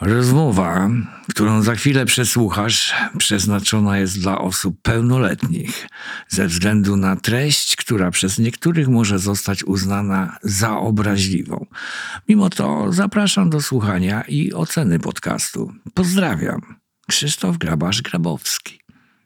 Rozmowa, którą za chwilę przesłuchasz, przeznaczona jest dla osób pełnoletnich, ze względu na treść, która przez niektórych może zostać uznana za obraźliwą. Mimo to zapraszam do słuchania i oceny podcastu. Pozdrawiam. Krzysztof Grabasz-Grabowski.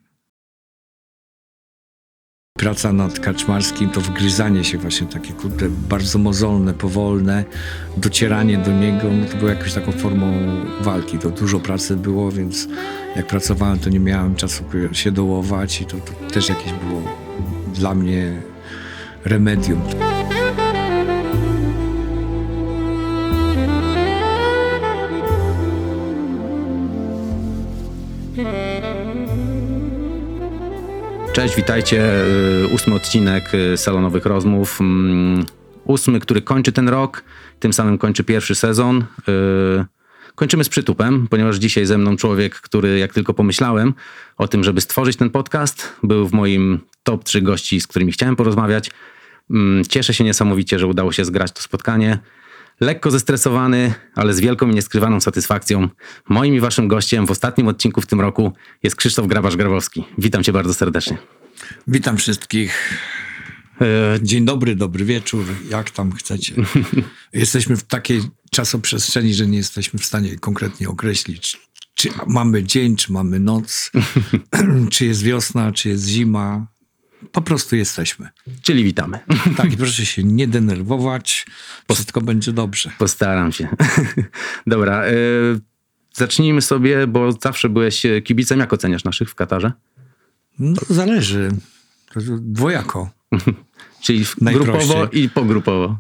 Praca nad Kaczmarskim to wgryzanie się właśnie takie bardzo mozolne, powolne, docieranie do niego, no to było jakąś taką formą walki. To dużo pracy było, więc jak pracowałem, to nie miałem czasu się dołować i to też jakieś było dla mnie remedium. Cześć, witajcie. 8 odcinek Salonowych Rozmów. 8, który kończy ten rok, tym samym kończy pierwszy sezon. Kończymy z przytupem, ponieważ dzisiaj ze mną człowiek, który jak tylko pomyślałem o tym, żeby stworzyć ten podcast, był w moim top 3 gości, z którymi chciałem porozmawiać. Cieszę się niesamowicie, że udało się zgrać to spotkanie. Lekko zestresowany, ale z wielką i nieskrywaną satysfakcją. Moim i waszym gościem w ostatnim odcinku w tym roku jest Krzysztof Grabasz-Grabowski. Witam cię bardzo serdecznie. Witam wszystkich. Dzień dobry, dobry wieczór, jak tam chcecie. Jesteśmy w takiej czasoprzestrzeni, że nie jesteśmy w stanie konkretnie określić, czy mamy dzień, czy mamy noc, czy jest wiosna, czy jest zima. Po prostu jesteśmy. Czyli witamy. Tak, i proszę się nie denerwować. Wszystko będzie dobrze. Postaram się. Dobra, zacznijmy sobie, bo zawsze byłeś kibicem. Jak oceniasz naszych w Katarze? No, zależy. Dwojako. Czyli grupowo i pogrupowo.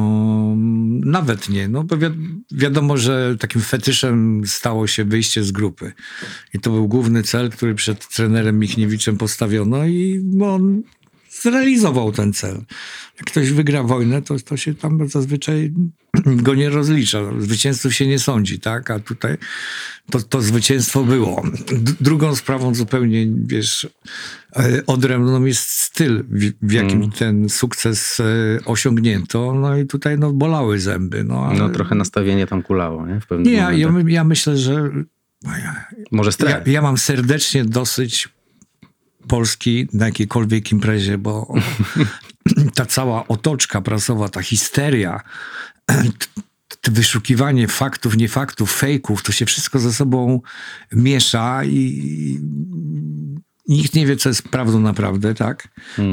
Nawet nie. No, bo wiadomo, że takim fetyszem stało się wyjście z grupy. I to był główny cel, który przed trenerem Michniewiczem postawiono i on zrealizował ten cel. Jak ktoś wygra wojnę, to się tam zazwyczaj go nie rozlicza. Zwycięzców się nie sądzi, tak? A tutaj to zwycięstwo było. Drugą sprawą zupełnie, odrębną jest styl, w jakim ten sukces osiągnięto. No i tutaj bolały zęby. No trochę nastawienie tam kulało, nie? W pewnym ja myślę, że może stres. Ja mam serdecznie dosyć Polski na jakiejkolwiek imprezie, bo ta cała otoczka prasowa, ta histeria, to wyszukiwanie faktów, nie faktów, fejków, to się wszystko ze sobą miesza i nikt nie wie, co jest prawdą naprawdę, tak?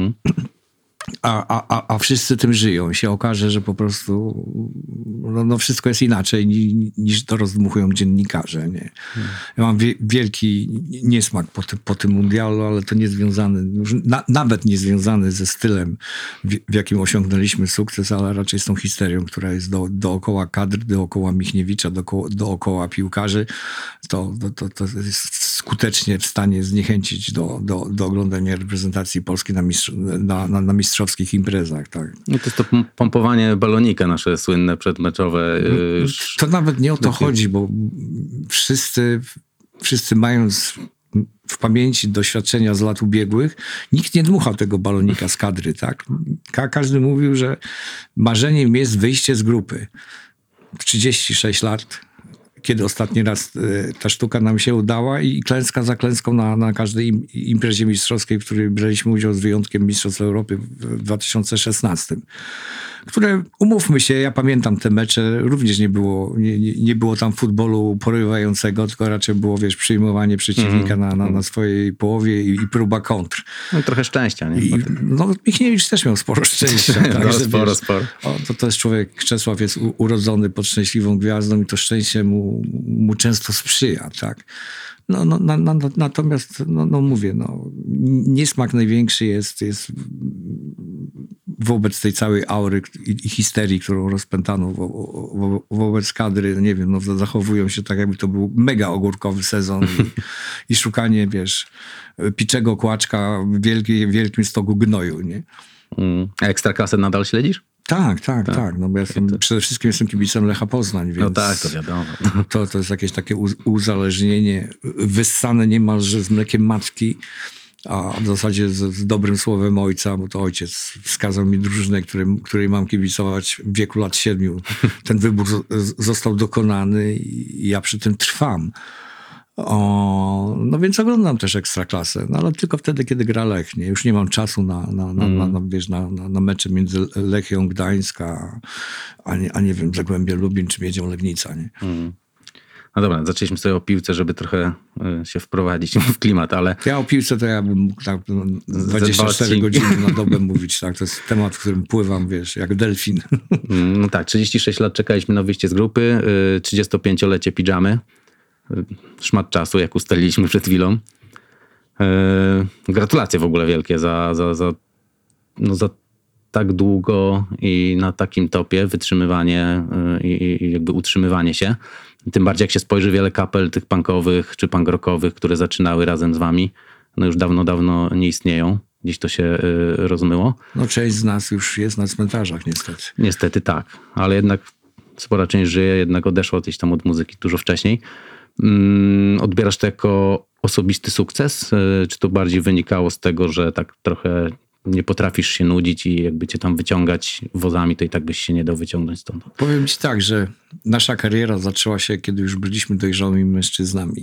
A wszyscy tym żyją. Się okaże, że po prostu wszystko jest inaczej niż to rozdmuchują dziennikarze. Nie? Ja mam wielki niesmak po tym mundialu, ale to nie związany, nawet nie związany ze stylem, w jakim osiągnęliśmy sukces, ale raczej z tą histerią, która jest dookoła kadr, dookoła Michniewicza, dookoła piłkarzy. To jest skutecznie w stanie zniechęcić do oglądania reprezentacji Polski na mistrzowskich imprezach. Tak. No to jest to pompowanie balonika nasze słynne przedmeczowe. To nawet nie o to chodzi, bo wszyscy mając w pamięci doświadczenia z lat ubiegłych, nikt nie dmuchał tego balonika z kadry. Tak? Każdy mówił, że marzeniem jest wyjście z grupy. 36 lat, kiedy ostatni raz ta sztuka nam się udała i klęska za klęską na każdej imprezie mistrzowskiej, w której braliśmy udział z wyjątkiem Mistrzostw Europy w 2016. Które, umówmy się, ja pamiętam te mecze, również nie było tam futbolu porywającego, tylko raczej było, przyjmowanie przeciwnika na swojej połowie i próba kontr. No trochę szczęścia, nie? Michniewicz też miał sporo szczęścia. Tak, sporo. To jest człowiek, Czesław jest urodzony pod szczęśliwą gwiazdą i to szczęście mu często sprzyja, tak? Natomiast mówię, niesmak największy jest wobec tej całej aury i histerii, którą rozpętano wobec kadry. Nie wiem, zachowują się tak, jakby to był mega ogórkowy sezon i szukanie, piczego kłaczka w wielkim stogu gnoju, nie? A Ekstraklasę nadal śledzisz? Tak. No bo przede wszystkim jestem kibicem Lecha Poznań, więc... No tak, to wiadomo. To jest jakieś takie uzależnienie wyssane niemalże z mlekiem matki A w zasadzie z dobrym słowem ojca, bo to ojciec wskazał mi drużynę, której mam kibicować w wieku lat 7. Ten wybór został dokonany i ja przy tym trwam. No więc oglądam też Ekstraklasę, no ale tylko wtedy, kiedy gra Lech. Nie? Już nie mam czasu na mecze między Lechią Gdańsk, a nie wiem, Zagłębie Lubin czy Miedzią Legnica. Nie? No dobra, zaczęliśmy sobie o piłce, żeby trochę się wprowadzić w klimat, ale... Ja o piłce to ja bym mógł 24 godziny na dobę mówić. Tak? To jest temat, w którym pływam, wiesz, jak delfin. No tak, 36 lat czekaliśmy na wyjście z grupy, 35-lecie pidżamy. Szmat czasu, jak ustaliliśmy przed chwilą. Gratulacje w ogóle wielkie za tak długo i na takim topie wytrzymywanie i jakby utrzymywanie się. Tym bardziej jak się spojrzy, wiele kapel tych punkowych czy punk rockowych, które zaczynały razem z wami, no już dawno nie istnieją. Gdzieś to się rozmyło. No część z nas już jest na cmentarzach niestety. Niestety tak, ale jednak spora część żyje, jednak odeszła gdzieś tam od muzyki dużo wcześniej. Odbierasz to jako osobisty sukces? Czy to bardziej wynikało z tego, że tak trochę nie potrafisz się nudzić i jakby cię tam wyciągać wozami, to i tak byś się nie dał wyciągnąć stąd? Powiem ci tak, że nasza kariera zaczęła się, kiedy już byliśmy dojrzałymi mężczyznami.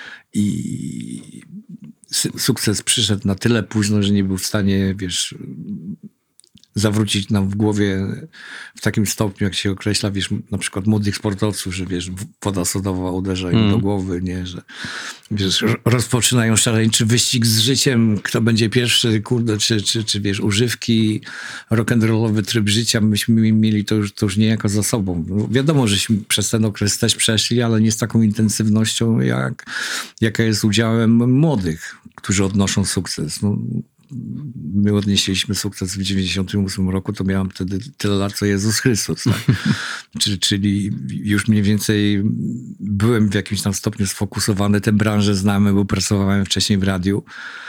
I sukces przyszedł na tyle późno, że nie był w stanie, wiesz, zawrócić nam w głowie w takim stopniu, jak się określa, wiesz, na przykład młodych sportowców, że wiesz, woda sodowa uderza im do głowy, nie, że wiesz, rozpoczynają szaleńczy wyścig z życiem, kto będzie pierwszy, kurde, czy wiesz, używki, rock'n'rollowy tryb życia, myśmy mieli to już niejako za sobą. No, wiadomo, żeśmy przez ten okres też przeszli, ale nie z taką intensywnością, jaka jest udziałem młodych, którzy odnoszą sukces. No, my odnieśliśmy sukces w 98 roku, to miałem wtedy tyle lat, co Jezus Chrystus. Tak? Czyli już mniej więcej byłem w jakimś tam stopniu sfokusowany. Tę branżę znamy, bo pracowałem wcześniej w radiu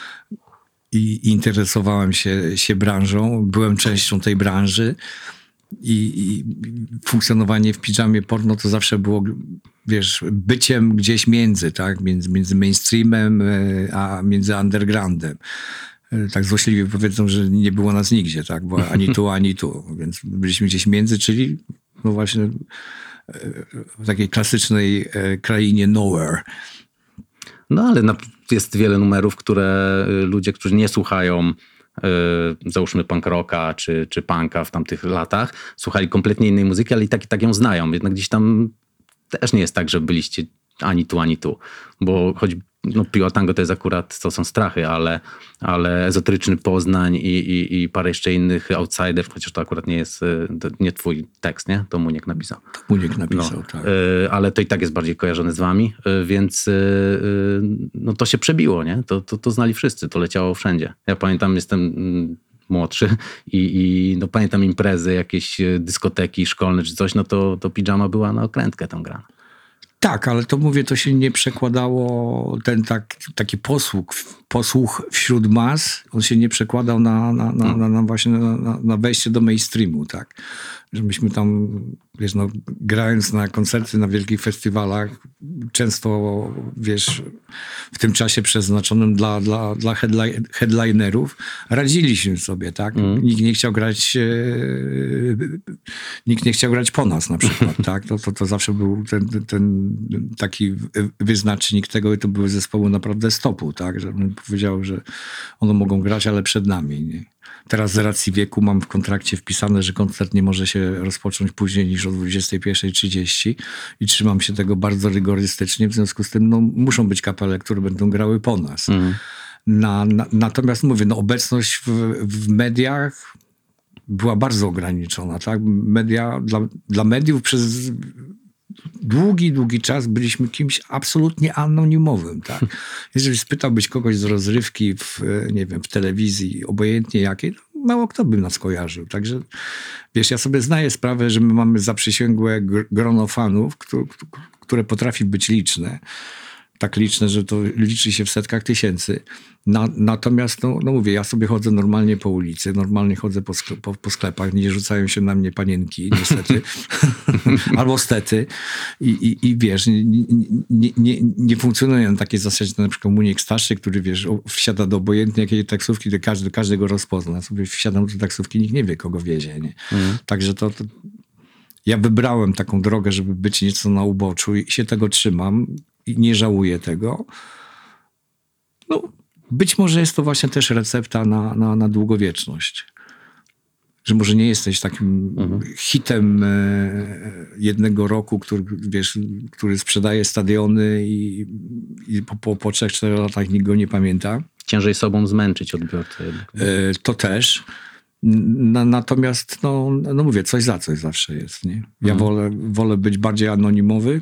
i interesowałem się branżą. Byłem częścią tej branży i funkcjonowanie w pidżamie porno to zawsze było, wiesz, byciem gdzieś między, tak? Między mainstreamem a między undergroundem. Tak złośliwie powiedzą, że nie było nas nigdzie, tak? Bo ani tu. Więc byliśmy gdzieś między, czyli no właśnie w takiej klasycznej krainie nowhere. No ale jest wiele numerów, które ludzie, którzy nie słuchają załóżmy punk rocka czy punka w tamtych latach, słuchali kompletnie innej muzyki, ale i tak ją znają. Jednak gdzieś tam też nie jest tak, że byliście ani tu. Bo choć Piła Tango to jest akurat, to są strachy, ale Ezoteryczny Poznań i parę jeszcze innych outsiderów, chociaż to akurat nie jest, to nie twój tekst, nie? To Muniek napisał. Muniek napisał, tak. Ale to i tak jest bardziej kojarzone z wami, więc no to się przebiło, nie? To znali wszyscy, to leciało wszędzie. Ja pamiętam, jestem młodszy i no pamiętam imprezy, jakieś dyskoteki szkolne czy coś, no to pidżama była na okrętkę tam grana. Tak, ale to mówię, to się nie przekładało, taki posłuch wśród mas, on się nie przekładał na właśnie na wejście do mainstreamu, tak. Że myśmy tam, wiesz, no, grając na koncerty na wielkich festiwalach, często, wiesz, w tym czasie przeznaczonym dla headlinerów, radziliśmy sobie, tak. Nikt nie chciał grać po nas na przykład, tak. To zawsze był ten taki wyznacznik tego i to były zespoły naprawdę stopu, tak. Że bym powiedział, że one mogą grać, ale przed nami, nie? Teraz z racji wieku mam w kontrakcie wpisane, że koncert nie może się rozpocząć później niż o 21:30 i trzymam się tego bardzo rygorystycznie. W związku z tym no, muszą być kapele, które będą grały po nas. Natomiast mówię, no, obecność w mediach była bardzo ograniczona. Tak? Dla mediów przez długi czas byliśmy kimś absolutnie anonimowym. Tak? Jeżeli spytałbyś kogoś z rozrywki w telewizji, obojętnie jakiej, mało kto by nas kojarzył. Także wiesz, ja sobie zdaję sprawę, że my mamy zaprzysięgłe grono fanów, które potrafi być liczne. tak liczne, że to liczy się w setkach tysięcy. Natomiast, no mówię, ja sobie chodzę normalnie po ulicy, normalnie chodzę po sklepach, nie rzucają się na mnie panienki, niestety, albo stety. I wiesz, nie funkcjonuje na takiej zasadzie, na przykład Muniek starszy, który, wiesz, wsiada do obojętnej jakiej taksówki, to każdy go rozpozna. Sobie wsiadam do taksówki, nikt nie wie, kogo wiezie, nie? Także to ja wybrałem taką drogę, żeby być nieco na uboczu i się tego trzymam i nie żałuję tego. No, być może jest to właśnie też recepta na długowieczność. Że może nie jesteś takim hitem jednego roku, który sprzedaje stadiony i po 3-4 latach nikt go nie pamięta. Ciężej sobą zmęczyć odbiorcę. To też. Natomiast, no mówię, coś za coś zawsze jest. Nie? Ja wolę być bardziej anonimowy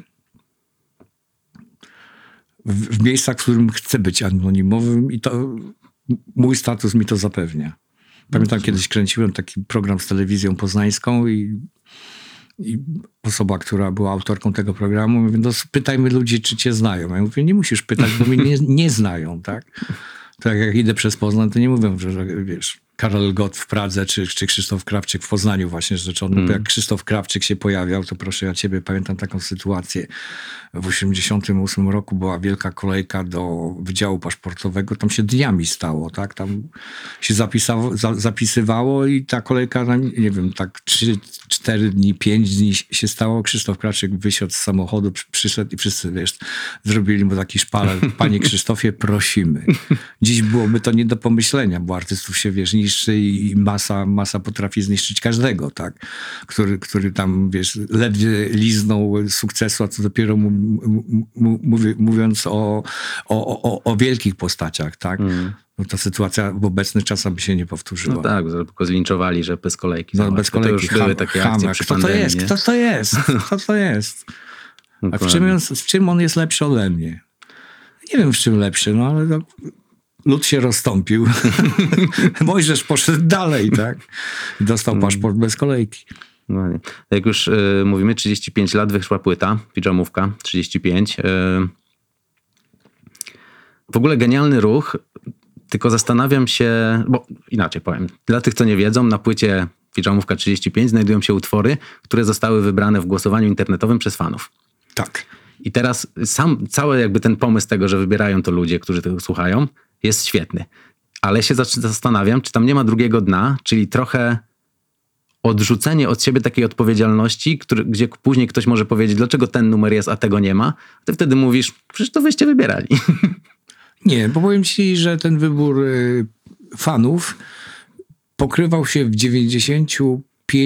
w miejscach, w którym chcę być anonimowym i to mój status mi to zapewnia. Pamiętam, kiedyś kręciłem taki program z telewizją poznańską i osoba, która była autorką tego programu, mówi, no pytajmy ludzi, czy cię znają. Ja mówię, nie musisz pytać, bo mnie nie znają, tak? To jak idę przez Poznań, to nie mówią, że wiesz, Karol Gott w Pradze, czy Krzysztof Krawczyk w Poznaniu właśnie rzeczony. Bo jak Krzysztof Krawczyk się pojawiał, to proszę ja ciebie, pamiętam taką sytuację. W 1988 roku była wielka kolejka do Wydziału Paszportowego. Tam się dniami stało, tak? Tam się zapisywało i ta kolejka, nie wiem, tak 3-4 dni, 5 dni się stało. Krzysztof Krawczyk wysiadł z samochodu, przyszedł i wszyscy, wiesz, zrobili mu taki szpaler. Panie Krzysztofie, prosimy. Dziś byłoby to nie do pomyślenia, bo artystów się, wiesz, niszczy i masa potrafi zniszczyć każdego, tak? Który tam, wiesz, ledwie liznął sukcesu, a co dopiero mówiąc o wielkich postaciach, tak? No ta sytuacja w obecnych czasach by się nie powtórzyła. No tak, tylko zlinczowali, że bez kolejki. No, bez kolejki. To już były takie akcje przy pandemii, Kto to jest? A w czym on jest lepszy ode mnie? Nie wiem, w czym lepszy, no ale lud się rozstąpił. Mojżesz poszedł dalej, tak? I dostał paszport bez kolejki. No nie. Jak już mówimy, 35 lat wyszła płyta, Pidżamówka, 35. W ogóle genialny ruch, tylko zastanawiam się, bo inaczej powiem. Dla tych, co nie wiedzą, na płycie Pidżamówka 35 znajdują się utwory, które zostały wybrane w głosowaniu internetowym przez fanów. Tak. I teraz cały jakby ten pomysł tego, że wybierają to ludzie, którzy tego słuchają, jest świetny. Ale się zastanawiam, czy tam nie ma drugiego dna, czyli trochę odrzucenie od siebie takiej odpowiedzialności, gdzie później ktoś może powiedzieć, dlaczego ten numer jest, a tego nie ma. A ty wtedy mówisz, przecież to wyście wybierali. Nie, bo powiem ci, że ten wybór fanów pokrywał się w 95%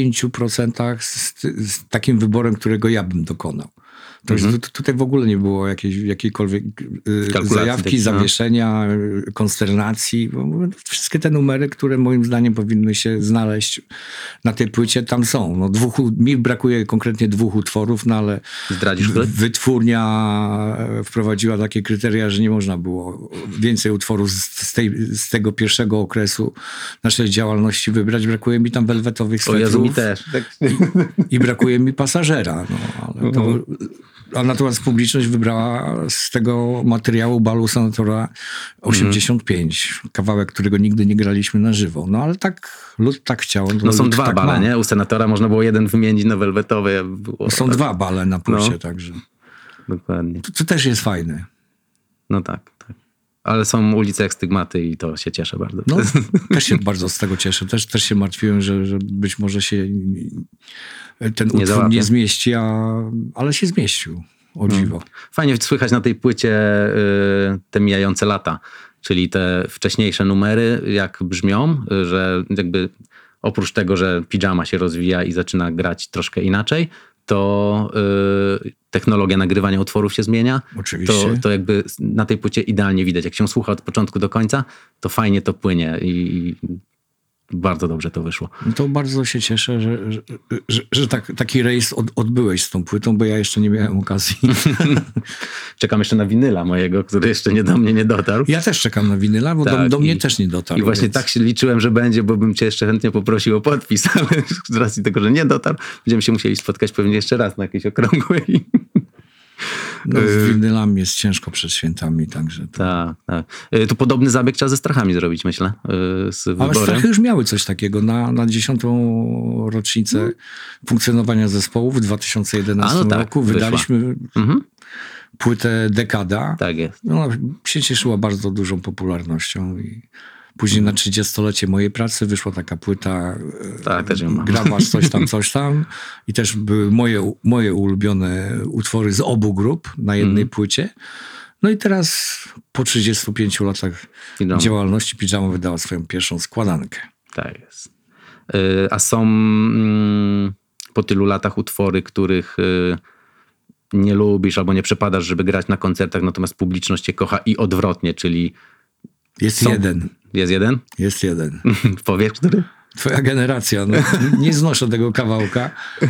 z takim wyborem, którego ja bym dokonał. Także tutaj w ogóle nie było jakiejkolwiek zajawki, zawieszenia, konsternacji. Bo wszystkie te numery, które moim zdaniem powinny się znaleźć na tej płycie, tam są. No, mi brakuje konkretnie 2 utworów, no ale wytwórnia wprowadziła takie kryteria, że nie można było więcej utworów z tego pierwszego okresu naszej działalności wybrać. Brakuje mi tam welwetowych swetrów. O Jezu, mi też. I brakuje mi pasażera. No, ale to... A natomiast publiczność wybrała z tego materiału balu Senatora 85. Kawałek, którego nigdy nie graliśmy na żywo. No ale tak, lud tak chciał. No są 2 tak bale, nie? U Senatora można było jeden wymienić na welwetowy. Są 2 bale na płycie, także. Dokładnie. To też jest fajne. No tak. Ale są ulice jak Stygmaty i to się cieszę bardzo. No, też się bardzo z tego cieszę. Też się martwiłem, że być może się ten utwór nie zmieści, ale się zmieścił. O dziwo. Fajnie słychać na tej płycie te mijające lata, czyli te wcześniejsze numery, jak brzmią, że jakby oprócz tego, że Pidżama się rozwija i zaczyna grać troszkę inaczej, to technologia nagrywania utworów się zmienia. Oczywiście. To jakby na tej płycie idealnie widać. Jak się słucha od początku do końca, to fajnie to płynie i bardzo dobrze to wyszło. To bardzo się cieszę, że taki rejs odbyłeś z tą płytą, bo ja jeszcze nie miałem okazji. Czekam jeszcze na winyla mojego, który jeszcze do mnie nie dotarł. Ja też czekam na winyla, bo tak, do mnie też nie dotarł. I właśnie tak się liczyłem, że będzie, bo bym cię jeszcze chętnie poprosił o podpis, ale z racji tego, że nie dotarł, będziemy się musieli spotkać pewnie jeszcze raz na jakiejś okrągłej. No, z winylami jest ciężko przed świętami, także... Tak, tak. Tu podobny zabieg trzeba ze strachami zrobić, myślę, z Ale wyborem. Strachy już miały coś takiego na 10. rocznicę funkcjonowania zespołu w 2011 roku. wyszła. Wydaliśmy płytę Dekada. Tak jest. Ona się cieszyła bardzo dużą popularnością i później na 30-lecie mojej pracy wyszła taka płyta Tak, też ją mam. Grabasz coś tam i też były moje ulubione utwory z obu grup na jednej płycie. No i teraz po 35 latach Pijama. działalności Pijama wydała swoją pierwszą składankę. Tak jest. A są po tylu latach utwory, których nie lubisz albo nie przepadasz, żeby grać na koncertach, natomiast publiczność cię kocha i odwrotnie, czyli Jest są... jeden. Jest jeden? Jest jeden. Powiesz, który? Twoja generacja. No, nie znoszę tego kawałka.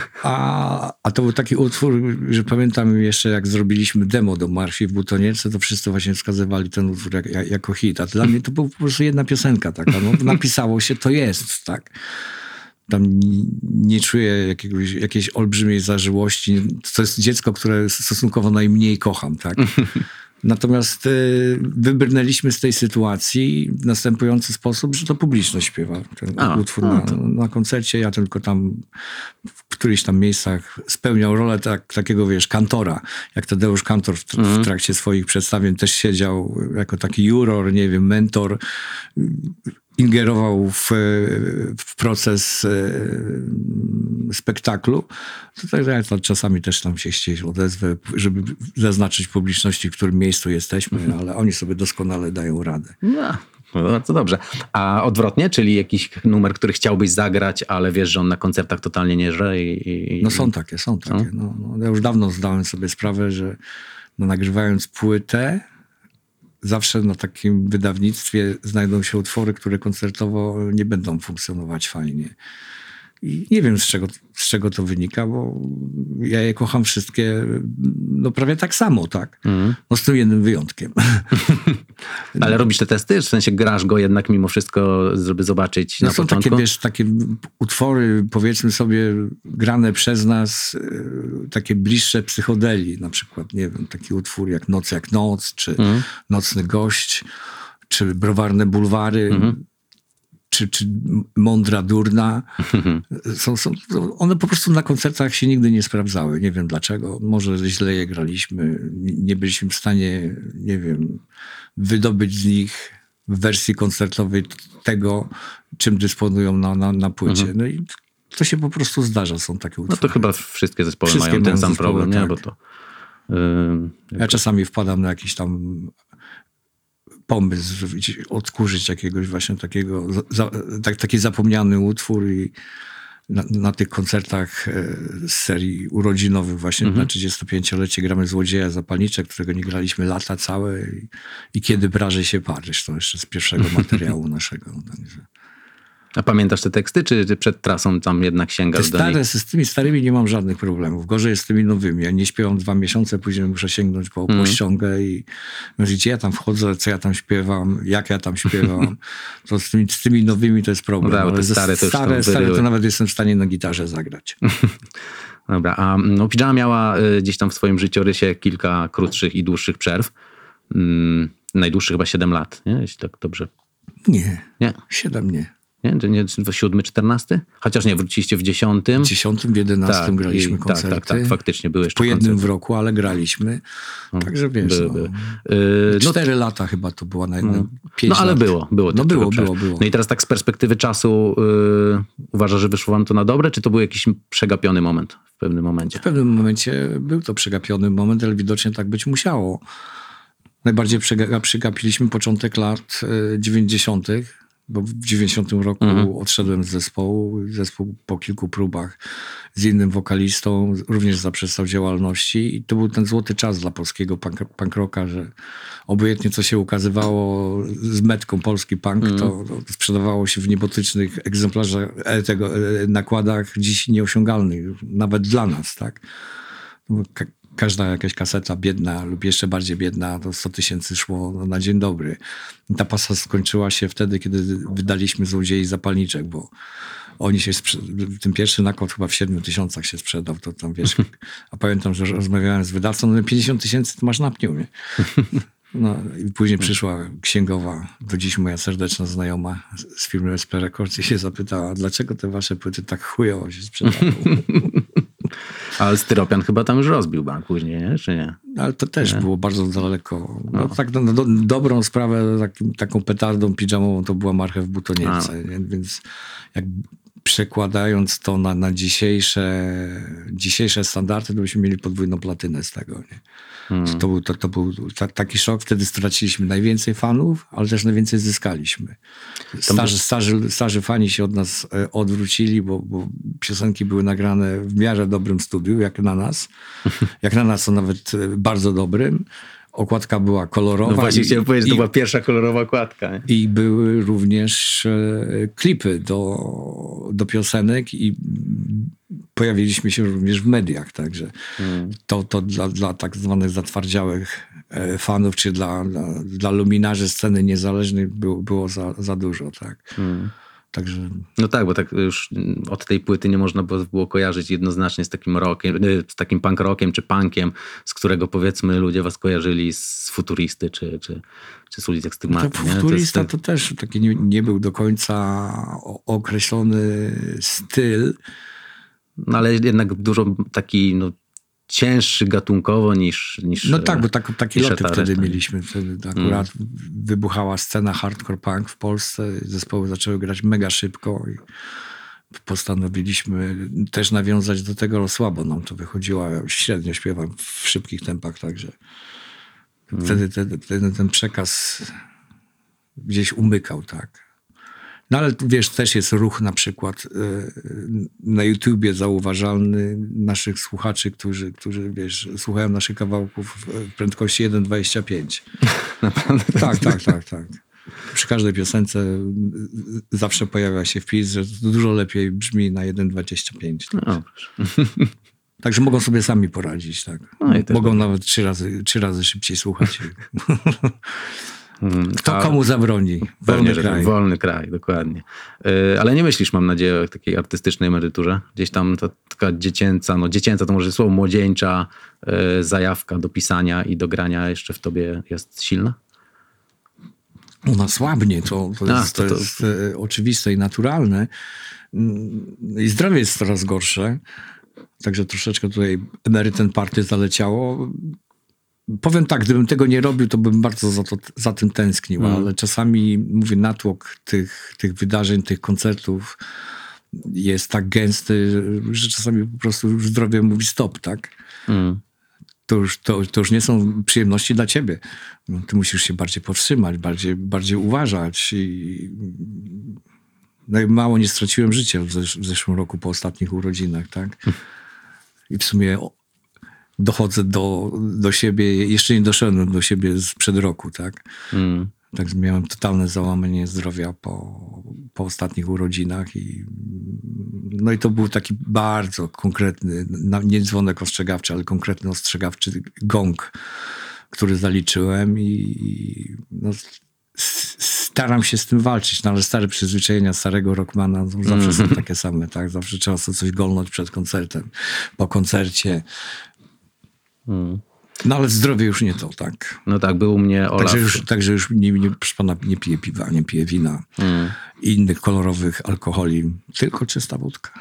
A to był taki utwór, że pamiętam jeszcze jak zrobiliśmy demo do Marsi w Butoniece, to wszyscy właśnie wskazywali ten utwór jako hit. A dla mnie to był po prostu jedna piosenka taka. No, napisało się, to jest, tak. Tam nie czuję jakiejś olbrzymiej zażyłości. To jest dziecko, które stosunkowo najmniej kocham, tak. Natomiast wybrnęliśmy z tej sytuacji w następujący sposób, że to publiczność śpiewa ten utwór na koncercie. Ja tylko tam w którychś tam miejscach spełniał rolę takiego, wiesz, kantora. Jak Tadeusz Kantor w trakcie swoich przedstawień też siedział jako taki juror, nie wiem, mentor. Ingerował w proces spektaklu, to ja czasami też tam się odezwę, żeby zaznaczyć publiczności, w którym miejscu jesteśmy, ale oni sobie doskonale dają radę. No, bardzo dobrze. A odwrotnie, czyli jakiś numer, który chciałbyś zagrać, ale wiesz, że on na koncertach totalnie nie żre No są takie. No, ja już dawno zdałem sobie sprawę, że nagrywając płytę, zawsze na takim wydawnictwie znajdą się utwory, które koncertowo nie będą funkcjonować fajnie. I nie wiem, z czego to wynika, bo ja je kocham wszystkie no prawie tak samo, tak? No z tym jednym wyjątkiem. Ale robisz te testy? W sensie grasz go jednak mimo wszystko, żeby zobaczyć na są początku? takie utwory, powiedzmy sobie, grane przez nas, takie bliższe psychodelii. Na przykład, nie wiem, taki utwór jak Noc jak noc, czy Nocny gość, czy Browarne bulwary. Czy Mądra durna. One po prostu na koncertach się nigdy nie sprawdzały. Nie wiem dlaczego. Może źle je graliśmy. Nie byliśmy w stanie, nie wiem, wydobyć z nich w wersji koncertowej tego, czym dysponują na płycie. No i to się po prostu zdarza. Są takie utwory. No to chyba wszystkie zespoły mają ten sam problem, tak. nie? Bo to, ja czasami wpadam na jakiś tam pomysł, odkurzyć jakiegoś właśnie takiego, taki zapomniany utwór i na tych koncertach z serii urodzinowych właśnie na 35-lecie gramy Złodzieja Zapalniczek, którego nie graliśmy lata całe i Kiedy praży się Paryż, to jeszcze z pierwszego materiału naszego. Także. A pamiętasz te teksty, czy przed trasą tam jednak sięgasz do nich? Z tymi starymi nie mam żadnych problemów. Gorzej jest z tymi nowymi. Ja nie śpiewam 2 miesiące, później muszę sięgnąć po ściągę i gdzie ja tam wchodzę, co ja tam śpiewam, jak ja tam śpiewam. To z tymi nowymi to jest problem. No, ale te stare to nawet jestem w stanie na gitarze zagrać. Dobra, a Pijama miała gdzieś tam w swoim życiorysie kilka krótszych i dłuższych przerw. Najdłuższy chyba 7 lat, nie? Jeśli tak dobrze. Nie. 7 nie. Nie? Czy nie 7, 14? Chociaż nie, wróciliście w 10. W 10, w 11 graliśmy koncerty. Tak, faktycznie były jeszcze po jednym koncerty. w roku, ale graliśmy. Także wiesz, były. 4 lata chyba to była na 5 No ale lat. było. Było. No i teraz tak z perspektywy czasu uważasz, że wyszło wam to na dobre, czy to był jakiś przegapiony moment w pewnym momencie? W pewnym momencie był to przegapiony moment, ale widocznie tak być musiało. Najbardziej przegapiliśmy początek lat 90., bo w 90 roku odszedłem z zespołu. Zespół po kilku próbach z innym wokalistą również zaprzestał działalności i to był ten złoty czas dla polskiego punk rocka, że obojętnie co się ukazywało z metką polski punk, to sprzedawało się w niebotycznych egzemplarzach, nakładach dziś nieosiągalnych, nawet dla nas, tak? Każda jakaś kaseta biedna lub jeszcze bardziej biedna, to 100 000 szło na dzień dobry. I ta pasa skończyła się wtedy, kiedy wydaliśmy Złodziei Zapalniczek, bo Oni się ten pierwszy nakład chyba w 7 000 się sprzedał, to tam wiesz, a pamiętam, że rozmawiałem z wydawcą, no 50 000 to masz na pniu, nie? No i później przyszła księgowa, do dziś moja serdeczna znajoma z firmy SP Records i się zapytała, dlaczego te wasze płyty tak chujowo się sprzedają? Ale Styropian chyba tam już rozbił bank później, nie? Czy nie? Ale to też było bardzo daleko. No, tak na dobrą sprawę, taką petardą pidżamową to była Marchew w Butonierce. Więc jak przekładając to na dzisiejsze standardy, to byśmy mieli podwójną platynę z tego. Nie? To był taki szok. Wtedy straciliśmy najwięcej fanów, ale też najwięcej zyskaliśmy. Starzy fani się od nas odwrócili, bo piosenki były nagrane w miarę dobrym studiu, jak na nas. Jak na nas to nawet bardzo dobrym. Okładka była kolorowa. No właśnie chciałem powiedzieć, że to była pierwsza kolorowa okładka. Nie? I były również klipy do piosenek i pojawiliśmy się również w mediach. Także to dla tak zwanych zatwardziałych fanów, czy dla luminarzy sceny niezależnej było za dużo. Tak. Także... No tak, bo tak już od tej płyty nie można było kojarzyć jednoznacznie z takim rockiem, z takim punk rockiem czy punkiem, z którego powiedzmy ludzie was kojarzyli z Futuristy czy z ulic jak Stygmaty. To Futurista to też taki nie był do końca określony styl. No ale jednak dużo taki cięższy gatunkowo niż no tak, bo takie loty wtedy mieliśmy. Wtedy akurat wybuchała scena hardcore punk w Polsce. Zespoły zaczęły grać mega szybko i postanowiliśmy też nawiązać do tego słabo. Nam to wychodziło, ja średnio śpiewam w szybkich tempach, także wtedy ten przekaz gdzieś umykał, tak. No ale wiesz, też jest ruch na przykład na YouTubie zauważalny naszych słuchaczy, którzy wiesz, słuchają naszych kawałków w prędkości 1,25. Naprawdę? Tak. Przy każdej piosence zawsze pojawia się wpis, że dużo lepiej brzmi na 1,25. No, Także mogą sobie sami poradzić, tak. No mogą nawet 3 razy szybciej słuchać. Kto komu zabroni? Wolny kraj, dokładnie. Ale nie myślisz, mam nadzieję, o takiej artystycznej emeryturze? Gdzieś tam ta taka dziecięca to może słowo młodzieńcza zajawka do pisania i do grania jeszcze w tobie jest silna? Ona słabnie, to jest oczywiste i naturalne. I zdrowie jest coraz gorsze. Także troszeczkę tutaj emerytem party zaleciało. Powiem tak, gdybym tego nie robił, to bym bardzo za tym tęsknił, ale czasami, mówię, natłok tych wydarzeń, tych koncertów jest tak gęsty, że czasami po prostu już zdrowie mówi stop, tak? To już nie są przyjemności dla ciebie. No, ty musisz się bardziej powstrzymać, bardziej uważać. No i mało nie straciłem życia w zeszłym roku po ostatnich urodzinach, tak? I w sumie dochodzę do siebie, jeszcze nie doszedłem do siebie sprzed roku, tak? Także miałem totalne załamanie zdrowia po ostatnich urodzinach no i to był taki bardzo konkretny, nie dzwonek ostrzegawczy, ale konkretny ostrzegawczy gong, który zaliczyłem i no, staram się z tym walczyć, no ale stare przyzwyczajenia starego rockmana zawsze są takie same, tak? Zawsze trzeba sobie coś golnąć przed koncertem, po koncercie. No ale zdrowie już nie to, tak. No tak, był u mnie Olaf. Także już proszę pana, nie piję piwa, nie piję wina i innych kolorowych alkoholi, tylko czysta wódka.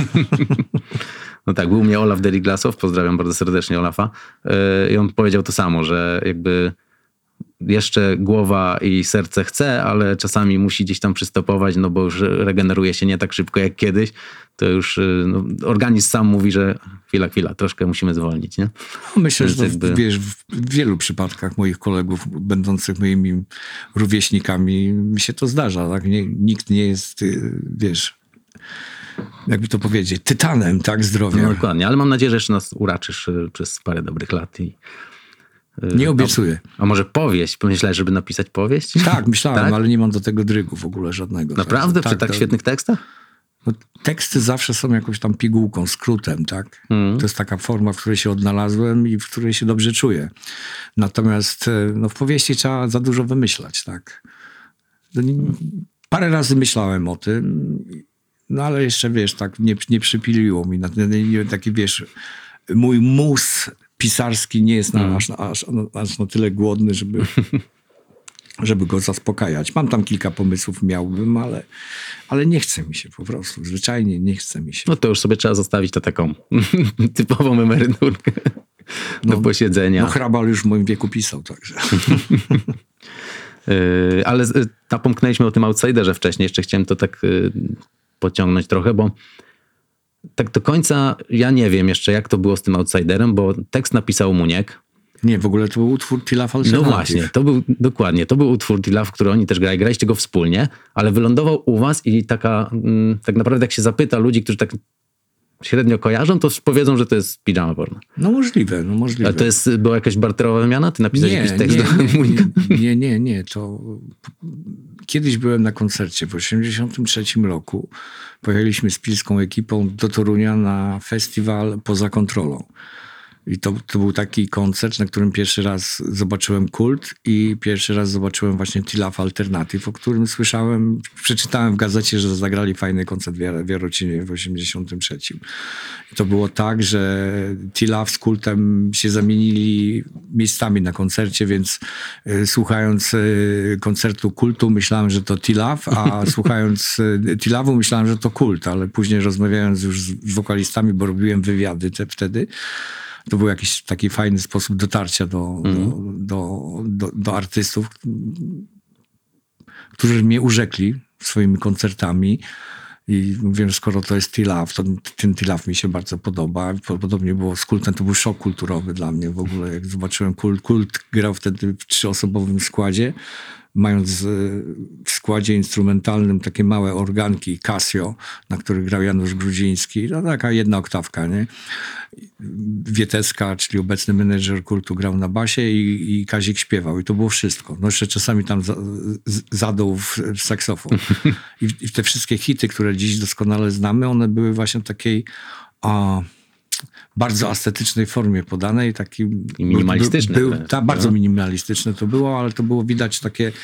No tak, był u mnie Olaf Deriglasow, pozdrawiam bardzo serdecznie Olafa. I on powiedział to samo, że jakby jeszcze głowa i serce chce, ale czasami musi gdzieś tam przystopować, no bo już regeneruje się nie tak szybko jak kiedyś. To już organizm sam mówi, że chwila, troszkę musimy zwolnić, nie? Myślę, że wiesz, w wielu przypadkach moich kolegów będących moimi rówieśnikami mi się to zdarza, tak? Nikt nie jest, wiesz, jakby to powiedzieć, tytanem, tak, zdrowia. No, dokładnie, ale mam nadzieję, że jeszcze nas uraczysz przez parę dobrych lat i nie obiecuję. A może powieść? Pomyślałeś, żeby napisać powieść? Tak, myślałem, tak? Ale nie mam do tego drygu w ogóle żadnego. Naprawdę? Przy tak świetnych tekstach? No, teksty zawsze są jakąś tam pigułką, skrótem, tak? To jest taka forma, w której się odnalazłem i w której się dobrze czuję. Natomiast no, w powieści trzeba za dużo wymyślać, tak? Parę razy myślałem o tym, No ale jeszcze, wiesz, tak nie przypiliło mi. Taki, wiesz, mój mus pisarski nie jest aż na tyle głodny, żeby go zaspokajać. Mam tam kilka pomysłów, miałbym, ale nie chce mi się po prostu. Zwyczajnie nie chce mi się. No to już sobie trzeba zostawić to taką typową emeryturkę do posiedzenia. No Hrabal już w moim wieku pisał, także. Ale napomknęliśmy o tym outsiderze wcześniej. Jeszcze chciałem to tak pociągnąć trochę, bo tak do końca ja nie wiem jeszcze, jak to było z tym outsiderem, bo tekst napisał Muniek. Nie, w ogóle to był utwór Tilaf Alternative. No właśnie, to był utwór Tilaf, który oni też graliście go wspólnie, ale wylądował u was i tak naprawdę jak się zapyta ludzi, którzy tak średnio kojarzą, to powiedzą, że to jest Pijama Porno. No możliwe. Ale to była jakaś barterowa wymiana? Ty napisałeś jakiś tekst do Muńka? Nie. To kiedyś byłem na koncercie w 1983 roku. Pojechaliśmy z pilską ekipą do Torunia na festiwal Poza Kontrolą. I to był taki koncert, na którym pierwszy raz zobaczyłem Kult i pierwszy raz zobaczyłem właśnie Tilaf Alternative, o którym przeczytałem w gazecie, że zagrali fajny koncert w Jarocinie w 1983. I to było tak, że Tilaf z Kultem się zamienili miejscami na koncercie, więc słuchając koncertu Kultu myślałem, że to Tilaf, a słuchając Tilafu myślałem, że to Kult, ale później rozmawiając już z wokalistami, bo robiłem wywiady wtedy, to był jakiś taki fajny sposób dotarcia do artystów, którzy mnie urzekli swoimi koncertami. I mówię, że skoro to jest Tilaf, to ten Tilaf mi się bardzo podoba. Podobnie było z Kultem, to był szok kulturowy dla mnie w ogóle. Jak zobaczyłem Kult grał wtedy w 3-osobowym składzie, mając w składzie instrumentalnym takie małe organki Casio, na których grał Janusz Grudziński. No taka jedna oktawka, nie? Wieteska, czyli obecny menedżer Kultu, grał na basie i Kazik śpiewał. I to było wszystko. No jeszcze czasami tam zadał w saksofon. I te wszystkie hity, które dziś doskonale znamy, one były właśnie w takiej bardzo estetycznej formie podanej. I minimalistyczne. Bardzo minimalistyczne to było, ale to było widać takie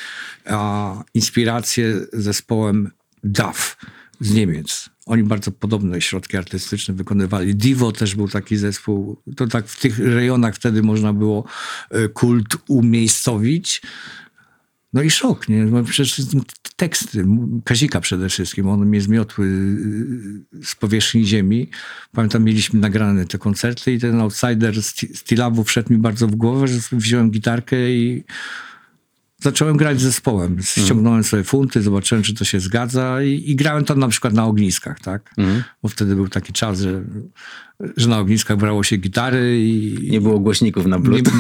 inspiracje zespołem DAF z Niemiec. Oni bardzo podobne środki artystyczne wykonywali. Divo też był taki zespół. To tak w tych rejonach wtedy można było Kult umiejscowić. No i szok, nie? No przecież teksty Kazika przede wszystkim, one mnie zmiotły z powierzchni ziemi. Pamiętam, mieliśmy nagrane te koncerty i ten outsider z Tilafu wszedł mi bardzo w głowę, że wziąłem gitarkę i zacząłem grać z zespołem. Ściągnąłem sobie funty, zobaczyłem, czy to się zgadza i grałem tam na przykład na ogniskach, tak? Bo wtedy był taki czas, że na ogniskach brało się gitary i... Nie było głośników na bluetooth.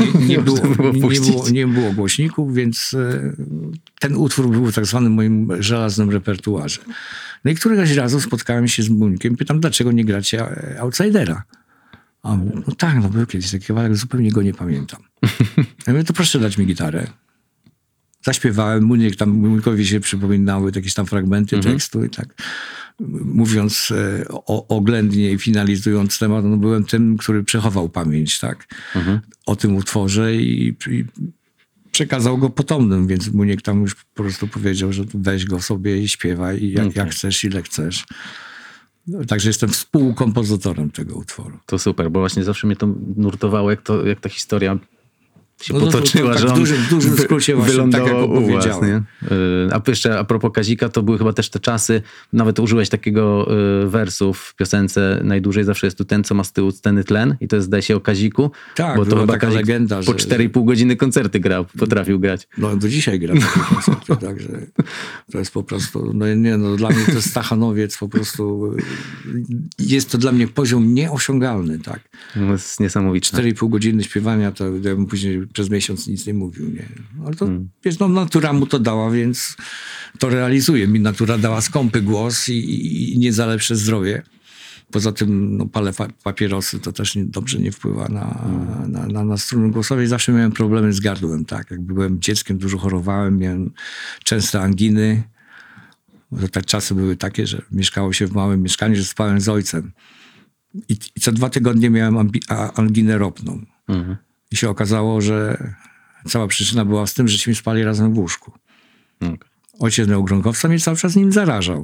Nie było głośników, więc ten utwór był tak zwanym moim żelaznym repertuarze. No i któregoś razu spotkałem się z Muńkiem, pytam, dlaczego nie gracie outsidera? A on mówi, no tak, no był kiedyś taki kawałek, zupełnie go nie pamiętam. Ja mówię, to proszę dać mi gitarę. Zaśpiewałem, Muńkowi się przypominały jakieś tam fragmenty tekstu i tak mówiąc oględnie i finalizując temat, no byłem tym, który przechował pamięć, tak, o tym utworze i przekazał go potomnym, więc Muniek tam już po prostu powiedział, że weź go sobie i śpiewaj i jak chcesz, ile chcesz. Także jestem współkompozytorem tego utworu. To super, bo właśnie zawsze mnie to nurtowało, jak ta historia się potoczyła, tak że on w dużym skrócie właśnie, tak jak opowiedziałem. A jeszcze a propos Kazika, to były chyba też te czasy, nawet użyłeś takiego wersu w piosence Najdłużej zawsze jest tu ten, co ma z tyłu sceny tlen i to jest, zdaje się, o Kaziku. Tak, bo to była chyba taka Kazik legenda, po 4,5 godziny koncerty potrafił grać. No do dzisiaj gra takie koncerty, także to jest po prostu, dla mnie to jest Stachanowiec, po prostu jest to dla mnie poziom nieosiągalny, tak. No, jest niesamowite. 4,5 godziny śpiewania, to ja bym później przez miesiąc nic nie mówił, nie. Ale to, wiesz, natura mu to dała, więc to realizuje. Mi natura dała skąpy głos i nie za lepsze zdrowie. Poza tym palę papierosy, to też dobrze nie wpływa na struny głosowe. I zawsze miałem problemy z gardłem, tak. Jak byłem dzieckiem, dużo chorowałem, miałem częste anginy. Bo te czasy były takie, że mieszkało się w małym mieszkaniu, że spałem z ojcem. I co 2 tygodnie miałem anginę ropną. I się okazało, że cała przyczyna była z tym, żeśmy spali razem w łóżku. Ojciec miał gronkowca, mnie cały czas nim zarażał.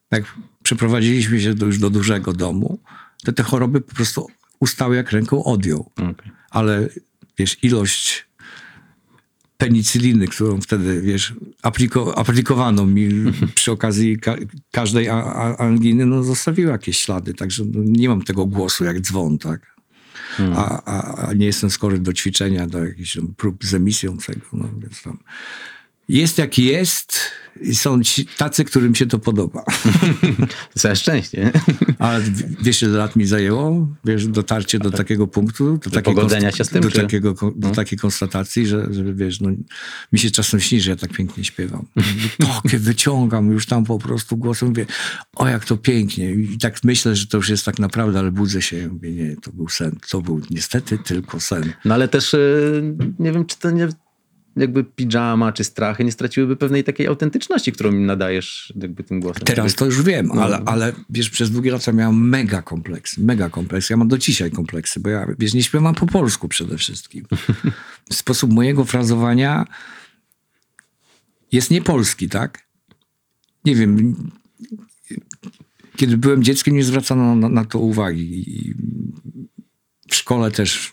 Jak przeprowadziliśmy się już do dużego domu, to te choroby po prostu ustały jak ręką odjął. Okay. Ale wiesz, ilość penicyliny, którą wtedy, wiesz, aplikowano mi przy okazji każdej anginy, no zostawiła jakieś ślady. Także nie mam tego głosu jak dzwon, tak? A nie jestem skory do ćwiczenia, do jakichś tam prób z emisją tego, no więc tam jest jaki jest i są tacy, którym się to podoba. Całe szczęście. Ale wiesz, ile lat mi zajęło? Wiesz, dotarcie do takiego punktu, do pogodzenia się z tym, do takiej konstatacji, że wiesz, no, mi się czasem śni, że ja tak pięknie śpiewam. Takie wyciągam już tam po prostu głosem, mówię, o jak to pięknie. I tak myślę, że to już jest tak naprawdę, ale budzę się i mówię, nie, to był sen. To był niestety tylko sen. No ale też nie wiem, czy to nie... jakby pidżama czy strachy nie straciłyby pewnej takiej autentyczności, którą im nadajesz jakby tym głosem. Teraz to już wiem, ale wiesz, przez długie lata miałem mega kompleks. Ja mam do dzisiaj kompleksy, bo ja, wiesz, nie śpiewam po polsku przede wszystkim. Sposób mojego frazowania jest niepolski, tak? Nie wiem, kiedy byłem dzieckiem, nie zwracano na to uwagi. I w szkole też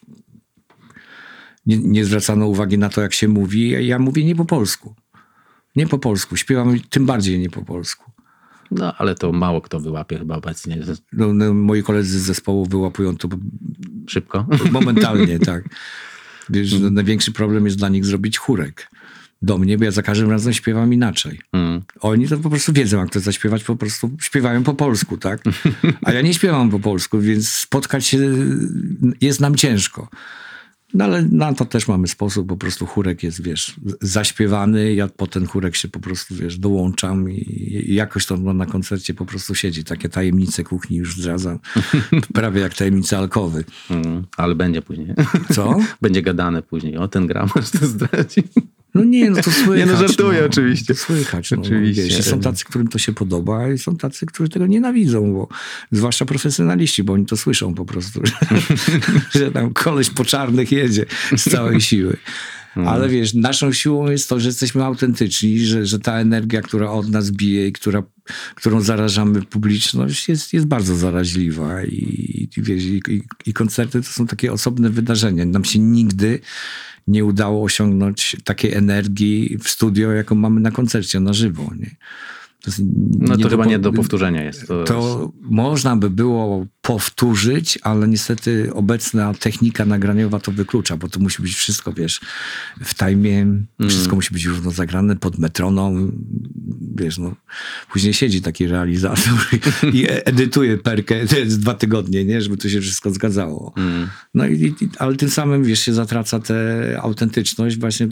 nie zwracano uwagi na to, jak się mówi. Ja mówię nie po polsku. Nie po polsku. Śpiewam tym bardziej nie po polsku. No, ale to mało kto wyłapie chyba obecnie. No, moi koledzy z zespołu wyłapują to Szybko? Momentalnie, tak. Wiesz, największy problem jest dla nich zrobić chórek do mnie, bo ja za każdym razem śpiewam inaczej. Oni to po prostu wiedzą, jak to zaśpiewać, po prostu śpiewają po polsku, tak? A ja nie śpiewam po polsku, więc spotkać się jest nam ciężko. No ale na to też mamy sposób, po prostu chórek jest, wiesz, zaśpiewany, ja po ten chórek się po prostu, wiesz, dołączam i jakoś to na koncercie po prostu siedzi. Takie tajemnice kuchni już zdradzam, prawie jak tajemnice alkowy. Ale będzie później. Co? Będzie gadane później. O, ten gram, aż to zdradzi. No nie, no to słychać. Nie, no żartuję oczywiście. To słychać. No, oczywiście. Wiesz, są tacy, którym to się podoba i są tacy, którzy tego nienawidzą, bo zwłaszcza profesjonaliści, bo oni to słyszą po prostu, że tam koleś po czarnych jedzie z całej siły. Ale wiesz, naszą siłą jest to, że jesteśmy autentyczni, że ta energia, która od nas bije i którą zarażamy publiczność, jest bardzo zaraźliwa. I koncerty to są takie osobne wydarzenia. Nam się nigdy nie udało osiągnąć takiej energii w studio, jaką mamy na koncercie, na żywo. Nie? To chyba nie do powtórzenia jest. To można by było powtórzyć, ale niestety obecna technika nagraniowa to wyklucza, bo to musi być wszystko, wiesz, w tajmie, wszystko musi być równo zagrane pod metronom, wiesz, no. Później siedzi taki realizator i edytuje perkę 2 tygodnie, nie, żeby to się wszystko zgadzało. No ale tym samym, wiesz, się zatraca tę autentyczność, właśnie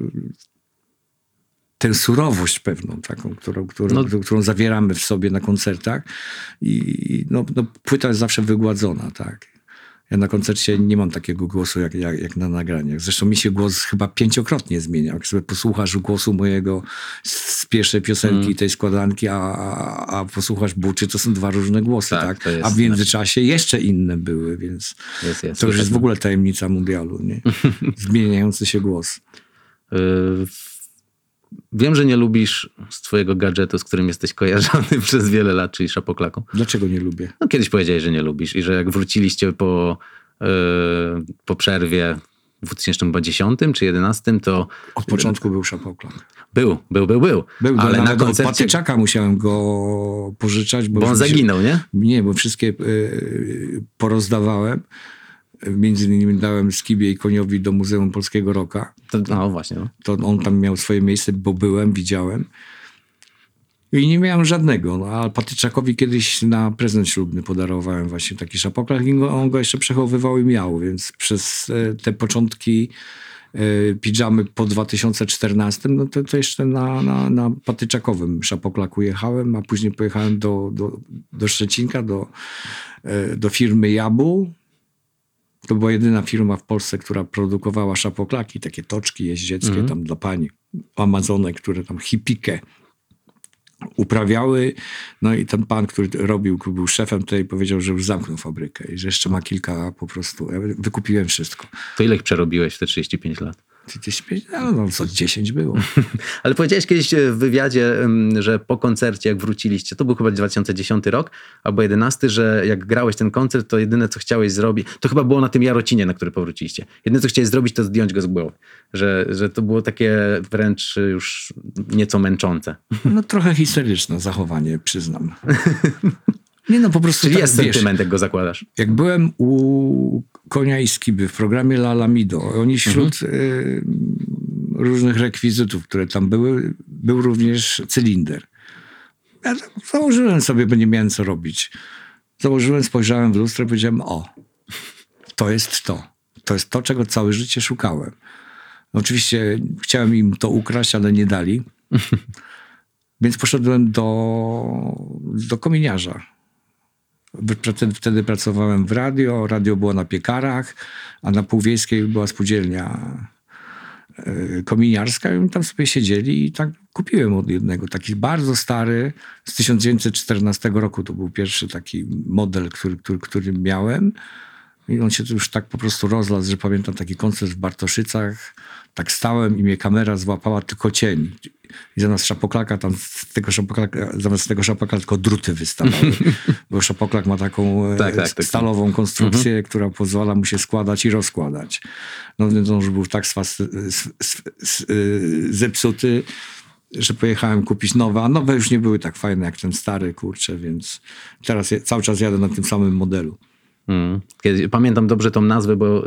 tę surowość pewną, taką, którą zawieramy w sobie na koncertach i płyta jest zawsze wygładzona, tak. Ja na koncercie nie mam takiego głosu jak na nagraniach. Zresztą mi się głos chyba 5-krotnie zmienia. Jak sobie posłuchasz głosu mojego z pierwszej piosenki tej składanki, a posłuchasz Buczy, to są 2 różne głosy, tak? A w międzyczasie jeszcze inne były, więc to już jest w ogóle tajemnica mundialu, nie? Zmieniający się głos. Wiem, że nie lubisz z twojego gadżetu, z którym jesteś kojarzony przez wiele lat, czyli szapoklaką. Dlaczego nie lubię? No, kiedyś powiedziałeś, że nie lubisz i że jak wróciliście po przerwie w 2010 czy 2011, to... Od początku był szapoklak. Był. Ale na koncercie... Patyczaka musiałem go pożyczać. Bo on zaginął, nie? Nie, bo wszystkie porozdawałem. Między innymi dałem Skibie i Koniowi do Muzeum Polskiego Rocka. No właśnie. No. To on tam miał swoje miejsce, bo widziałem. I nie miałem żadnego. No, a Patyczakowi kiedyś na prezent ślubny podarowałem właśnie taki szapoklak i on go jeszcze przechowywał i miał. Więc przez te początki pidżamy po 2014, no to jeszcze na Patyczakowym szapoklaku jechałem, a później pojechałem do Szczecinka, do firmy Jabu. To była jedyna firma w Polsce, która produkowała szapoklaki, takie toczki jeździeckie tam dla pań, Amazonek, które tam hipikę uprawiały. No i ten pan, który był szefem tutaj, powiedział, że już zamknął fabrykę i że jeszcze ma kilka po prostu. Ja wykupiłem wszystko. To ile ich przerobiłeś w te 35 lat? Ty śmieć? No co, 10 było. Ale powiedziałeś kiedyś w wywiadzie, że po koncercie, jak wróciliście, to był chyba 2010 rok albo 2011, że jak grałeś ten koncert, to jedyne, co chciałeś zrobić, to chyba było na tym Jarocinie, na który powróciliście. Jedyne, co chciałeś zrobić, to zdjąć go z głowy. Że to było takie wręcz już nieco męczące. No trochę historyczne zachowanie, przyznam. Nie no, po prostu Czyli tak, jest sentyment, jak go zakładasz. Jak byłem u Konia i Skiby w programie La Lamido, oni wśród różnych rekwizytów, które tam były, był również cylinder. Ja założyłem sobie, bo nie miałem co robić. Założyłem, spojrzałem w lustro i powiedziałem, to jest to. To jest to, czego całe życie szukałem. Oczywiście chciałem im to ukraść, ale nie dali. Więc poszedłem do kominiarza. Wtedy pracowałem w radio. Radio było na Piekarach, a na Półwiejskiej była spółdzielnia kominiarska i oni tam sobie siedzieli i tak kupiłem od jednego. Taki bardzo stary, z 1914 roku to był pierwszy taki model, który miałem. I on się już tak po prostu rozlazł, że pamiętam taki koncert w Bartoszycach. Tak stałem i mnie kamera złapała tylko cień. I zamiast szapoklaka zamiast tego szapoklaka tylko druty wystawały. Bo szapoklak ma taką stalową konstrukcję, która pozwala mu się składać i rozkładać. No więc on już był tak zepsuty, że pojechałem kupić nowe, a nowe już nie były tak fajne jak ten stary, kurczę, więc teraz cały czas jadę na tym samym modelu. Pamiętam dobrze tą nazwę, bo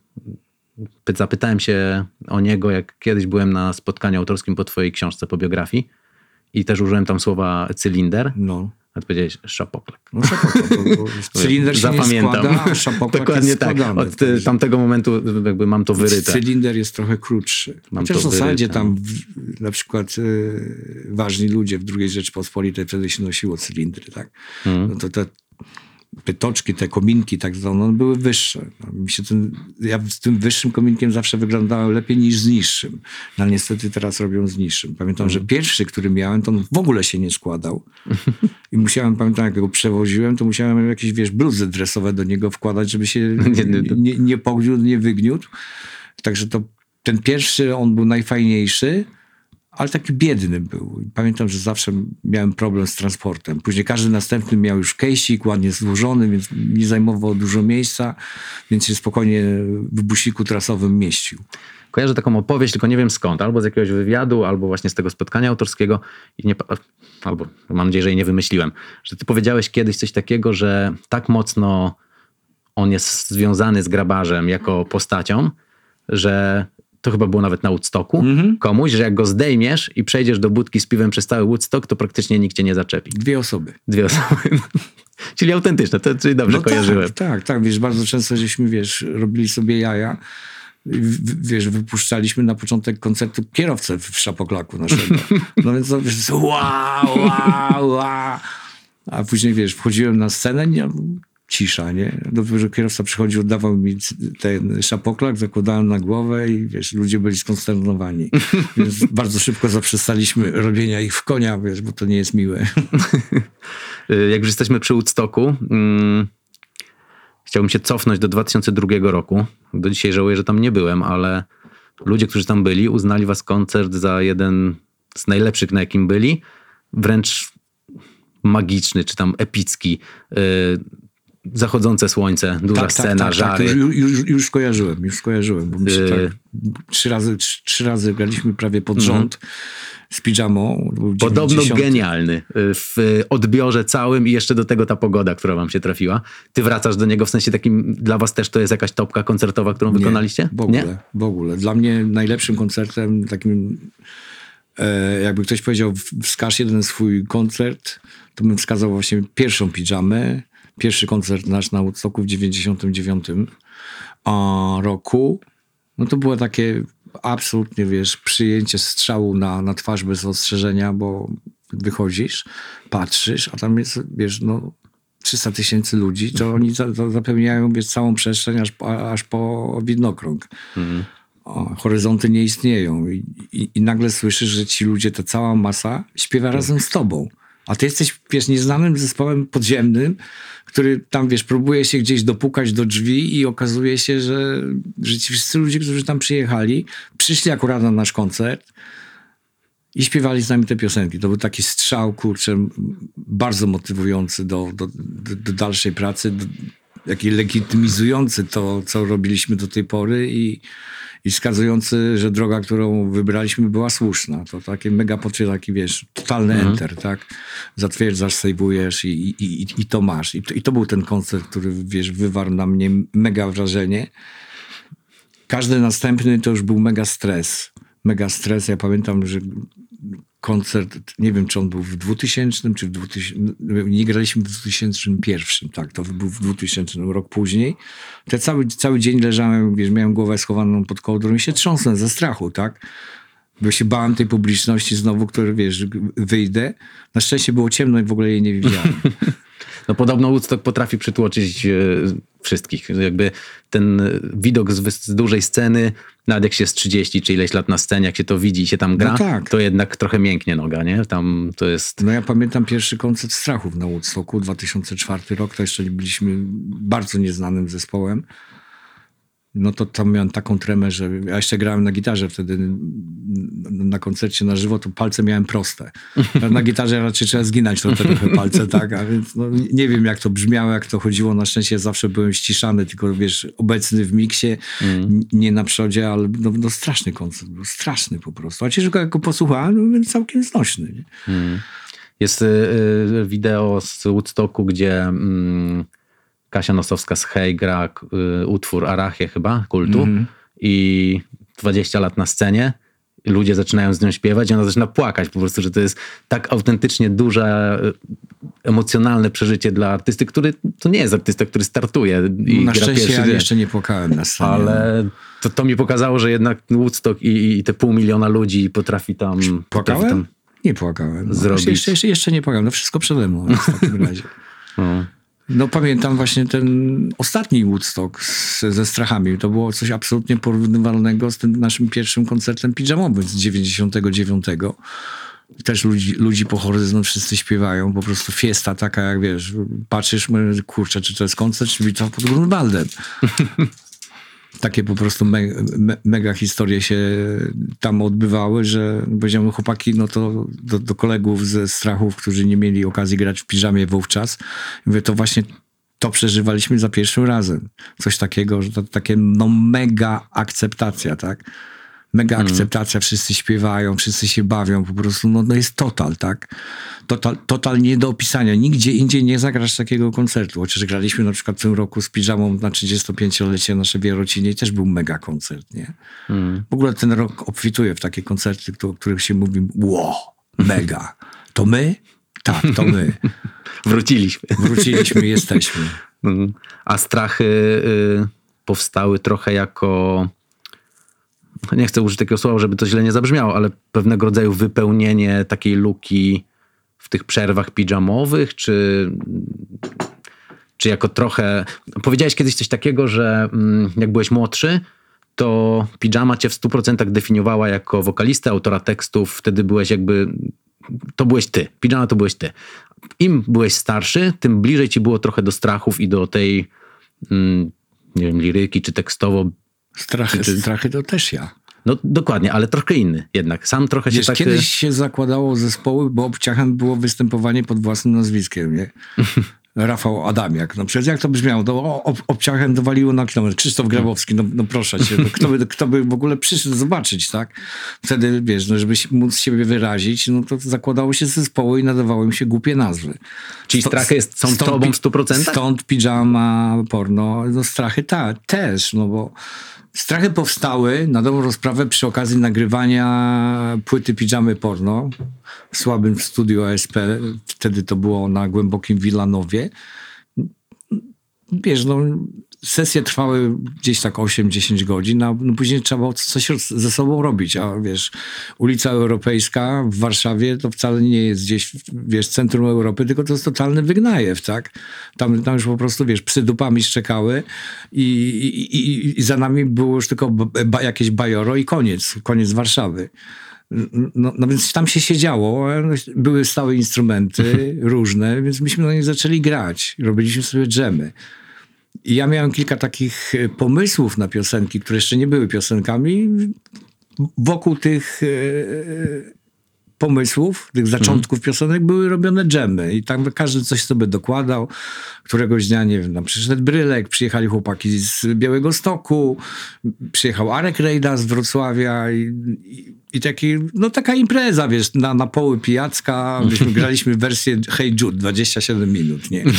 zapytałem się o niego, jak kiedyś byłem na spotkaniu autorskim po twojej książce, po biografii i też użyłem tam słowa cylinder. No. A ty powiedziałeś szapoklak. No szapoklak. Cylinder się Zapamiętam. nie składa, a szapoklak dokładnie jest tak. składany. Od tamtego momentu jakby mam to wyryte. Cylinder jest trochę krótszy. Chociaż w zasadzie tam na przykład ważni ludzie w II Rzeczpospolitej wtedy się nosiło cylindry. Tak? No to te pytoczki, te kominki tak zwane, one były wyższe. Ja z tym wyższym kominkiem zawsze wyglądałem lepiej niż z niższym. No, ale niestety teraz robią z niższym. Pamiętam, że pierwszy, który miałem, to on w ogóle się nie składał. I pamiętam, jak go przewoziłem, to musiałem jakieś, bluzy dresowe do niego wkładać, żeby się nie pogniótł, nie wygniótł. Także ten pierwszy, on był najfajniejszy, ale taki biedny był. Pamiętam, że zawsze miałem problem z transportem. Później każdy następny miał już kejsik, ładnie złożony, więc nie zajmował dużo miejsca, więc się spokojnie w busiku trasowym mieścił. Kojarzę taką opowieść, tylko nie wiem skąd. Albo z jakiegoś wywiadu, albo właśnie z tego spotkania autorskiego. Albo mam nadzieję, że jej nie wymyśliłem. Że ty powiedziałeś kiedyś coś takiego, że tak mocno on jest związany z grabarzem jako postacią, że to chyba było nawet na Woodstocku, komuś, że jak go zdejmiesz i przejdziesz do budki z piwem przez cały Woodstock, to praktycznie nikt cię nie zaczepi. 2 osoby. 2 osoby. Czyli autentyczne, czyli dobrze kojarzyłem. Tak, wiesz, bardzo często żeśmy, robili sobie jaja. Wypuszczaliśmy na początek koncertu kierowcę w szapoklaku naszego. No więc to, wow. A później, wchodziłem na scenę, cisza, nie? Dopiero kierowca przychodził, oddawał mi ten szapoklak, zakładałem na głowę i ludzie byli skonsternowani. Więc bardzo szybko zaprzestaliśmy robienia ich w konia, bo to nie jest miłe. Jak już jesteśmy przy Woodstocku, chciałbym się cofnąć do 2002 roku. Do dzisiaj żałuję, że tam nie byłem, ale ludzie, którzy tam byli, uznali was koncert za jeden z najlepszych, na jakim byli. Wręcz magiczny, czy tam epicki. Zachodzące słońce, duża scena, żary. Tak. Już kojarzyłem, bo my się trzy razy graliśmy prawie pod rząd z pidżamą. Podobno genialny w odbiorze całym i jeszcze do tego ta pogoda, która wam się trafiła. Ty wracasz do niego w sensie takim, dla was też to jest jakaś topka koncertowa, którą wykonaliście? W ogóle. Dla mnie najlepszym koncertem takim, jakby ktoś powiedział, wskaż jeden swój koncert, to bym wskazał właśnie pierwszą pidżamę. Pierwszy koncert nasz na Woodstocku w 99 roku. No to było takie absolutnie, przyjęcie strzału na twarz bez ostrzeżenia, bo wychodzisz, patrzysz, a tam jest, 300 000 ludzi, to oni zapełniają, całą przestrzeń aż po widnokrąg. Horyzonty nie istnieją i nagle słyszysz, że ci ludzie, ta cała masa śpiewa razem z tobą. A ty jesteś, wiesz, nieznanym zespołem podziemnym, który tam, wiesz, próbuje się gdzieś dopukać do drzwi i okazuje się, że ci wszyscy ludzie, którzy tam przyjechali, przyszli akurat na nasz koncert i śpiewali z nami te piosenki. To był taki strzał, kurczę, bardzo motywujący do dalszej pracy, taki legitymizujący to, co robiliśmy do tej pory i wskazujący, że droga, którą wybraliśmy, była słuszna. To takie mega poczucie, taki, wiesz, totalny enter, tak? Zatwierdzasz, sejwujesz i to masz. I to był ten koncert, który, wiesz, wywarł na mnie mega wrażenie. Każdy następny to już był mega stres. Mega stres. Ja pamiętam, że koncert, nie wiem, czy on był w 2000 czy w 2000, nie graliśmy w 2001, tak, to był w 2000, rok później. To cały dzień leżałem, wiesz, miałem głowę schowaną pod kołdrą i się trząsnę ze strachu, tak, bo się bałem tej publiczności znowu, który, wiesz, wyjdę. Na szczęście było ciemno i w ogóle jej nie widziałem. No podobno Woodstock potrafi przytłoczyć wszystkich. Jakby ten widok z dużej sceny, nawet jak się jest 30 czy ileś lat na scenie, jak się to widzi i się tam gra, no tak. to jednak trochę mięknie noga, nie? Tam to jest... No ja pamiętam pierwszy koncert Strachów na Woodstocku, 2004 rok, to jeszcze byliśmy bardzo nieznanym zespołem. No to tam miałem taką tremę, że ja jeszcze grałem na gitarze wtedy na koncercie na żywo, to palce miałem proste. Na gitarze raczej trzeba zginać trochę palce, tak? A więc no, nie wiem jak to brzmiało, jak to chodziło. Na szczęście zawsze byłem ściszany, tylko wiesz, obecny w miksie, nie na przodzie, ale no straszny koncert, był straszny po prostu. A ciężko jak go posłuchałem, no, całkiem znośny. Nie? Jest wideo z Woodstocku, gdzie... Kasia Nosowska z Hej gra utwór Arachię chyba, kultu i 20 lat na scenie i ludzie zaczynają z nią śpiewać i ona zaczyna płakać po prostu, że to jest tak autentycznie duże, emocjonalne przeżycie dla artysty, który to nie jest artysta, który startuje i na gra szczęście pierwszy ja dzień. jeszcze nie płakałem na scenie. Ale to mi pokazało, że jednak Woodstock i te 500 000 ludzi potrafi tam... Płakałem? Nie płakałem. No, zrobić. Jeszcze nie płakałem. No wszystko przede mną w takim razie. No pamiętam właśnie ten ostatni Woodstock ze Strachami. To było coś absolutnie porównywalnego z tym naszym pierwszym koncertem pidżamowym z 99. Też ludzi po horyzont wszyscy śpiewają. Po prostu fiesta taka, jak wiesz, patrzysz, mówisz, kurczę, czy to jest koncert, czy bitwa pod Grunwaldem. Takie po prostu mega historie się tam odbywały, że powiedziałem, chłopaki, no to do kolegów ze Strachów, którzy nie mieli okazji grać w piżamie wówczas, mówię, to właśnie to przeżywaliśmy za pierwszym razem. Coś takiego, że to takie no mega akceptacja, tak? Mega akceptacja, wszyscy śpiewają, wszyscy się bawią, po prostu no jest total, tak? Total nie do opisania. Nigdzie indziej nie zagrasz takiego koncertu. Chociaż graliśmy na przykład w tym roku z piżamą na 35-lecie naszej Wierocinie i też był mega koncert, nie? W ogóle ten rok obfituje w takie koncerty, o których się mówi, wow, mega. To my? Tak, to my. Wróciliśmy, jesteśmy. A Strachy powstały trochę jako... Nie chcę użyć takiego słowa, żeby to źle nie zabrzmiało, ale pewnego rodzaju wypełnienie takiej luki w tych przerwach pidżamowych, czy jako trochę... Powiedziałeś kiedyś coś takiego, że jak byłeś młodszy, to pidżama cię w 100% definiowała jako wokalistę, autora tekstów. Wtedy byłeś jakby... To byłeś ty. Pidżama to byłeś ty. Im byłeś starszy, tym bliżej ci było trochę do Strachów i do tej, nie wiem, liryki, czy tekstowo... Strachy to też ja. No dokładnie, ale trochę inny jednak. Sam trochę się tak... Kiedyś się zakładało zespoły, bo obciachem było występowanie pod własnym nazwiskiem, nie? Rafał Adamiak. No przecież jak to brzmiało? To obciachem dowaliło na kilometr. Krzysztof Grabowski, no proszę cię. No kto by w ogóle przyszedł zobaczyć, tak? Wtedy, wiesz, no żeby móc siebie wyrazić, no to zakładało się zespoły i nadawało im się głupie nazwy. Czyli Strachy są tobą w 100%? Stąd pidżama, porno. No Strachy też, no bo Strachy powstały na dobrą rozprawę przy okazji nagrywania płyty Pidżamy Porno w słabym studiu ASP. Wtedy to było na głębokim Wilanowie. Wiesz, no sesje trwały gdzieś tak 8-10 godzin, a no później trzeba było coś ze sobą robić, a wiesz, ulica Europejska w Warszawie to wcale nie jest gdzieś, wiesz, centrum Europy, tylko to jest totalny wygnajew, tak? Tam już po prostu, wiesz, psy dupami szczekały i za nami było już tylko jakieś bajoro i koniec Warszawy. No więc tam się siedziało, były stałe instrumenty różne, więc myśmy na nich zaczęli grać. Robiliśmy sobie dżemy. I ja miałem kilka takich pomysłów na piosenki, które jeszcze nie były piosenkami. Wokół tych pomysłów, tych zaczątków piosenek były robione dżemy i tam każdy coś sobie dokładał. Któregoś dnia, nie wiem, tam przyszedł Brylek, przyjechali chłopaki z Białegostoku, przyjechał Arek Rejda z Wrocławia i taka impreza, wiesz, na poły pijacka. Myśmy graliśmy wersję Hey Jude, 27 minut, nie?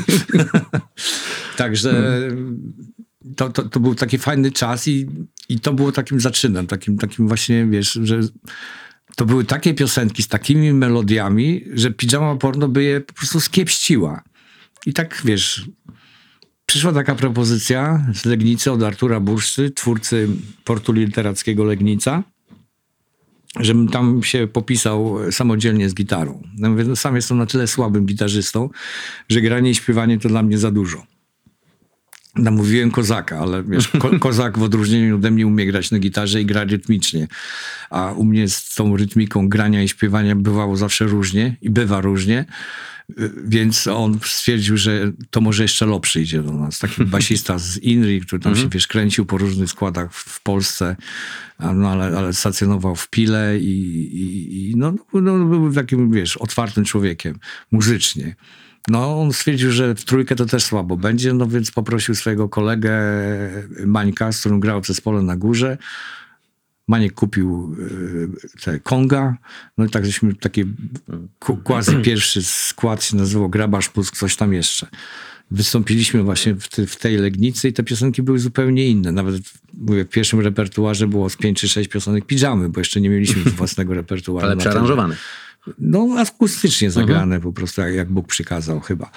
Także to był taki fajny czas i to było takim zaczynem, takim właśnie, wiesz, że to były takie piosenki z takimi melodiami, że Pijama Porno by je po prostu skiepściła. I tak, wiesz, przyszła taka propozycja z Legnicy od Artura Burszty, twórcy portu literackiego Legnica, żebym tam się popisał samodzielnie z gitarą. Ja mówię, no sam jestem na tyle słabym gitarzystą, że granie i śpiewanie to dla mnie za dużo. Namówiłem Kozaka, ale wiesz, Kozak w odróżnieniu ode mnie umie grać na gitarze i gra rytmicznie. A u mnie z tą rytmiką grania i śpiewania bywało zawsze różnie i bywa różnie. Więc on stwierdził, że to może jeszcze Lo przyjdzie do nas. Taki basista z Inri, który tam się, wiesz, kręcił po różnych składach w Polsce, no ale stacjonował w Pile i był takim, wiesz, otwartym człowiekiem muzycznie. No, on stwierdził, że w trójkę to też słabo będzie, no więc poprosił swojego kolegę Mańka, z którym grał w zespole Na Górze. Maniek kupił te Konga, no i tak żeśmy taki quasi pierwszy skład się nazywał Grabarz plus coś tam jeszcze. Wystąpiliśmy właśnie w tej Legnicy i te piosenki były zupełnie inne. Nawet mówię, w pierwszym repertuarze było z 5 czy 6 piosenek Pidżamy, bo jeszcze nie mieliśmy własnego repertuaru. Ale przearanżowane. No, akustycznie zagrane po prostu, jak Bóg przykazał chyba.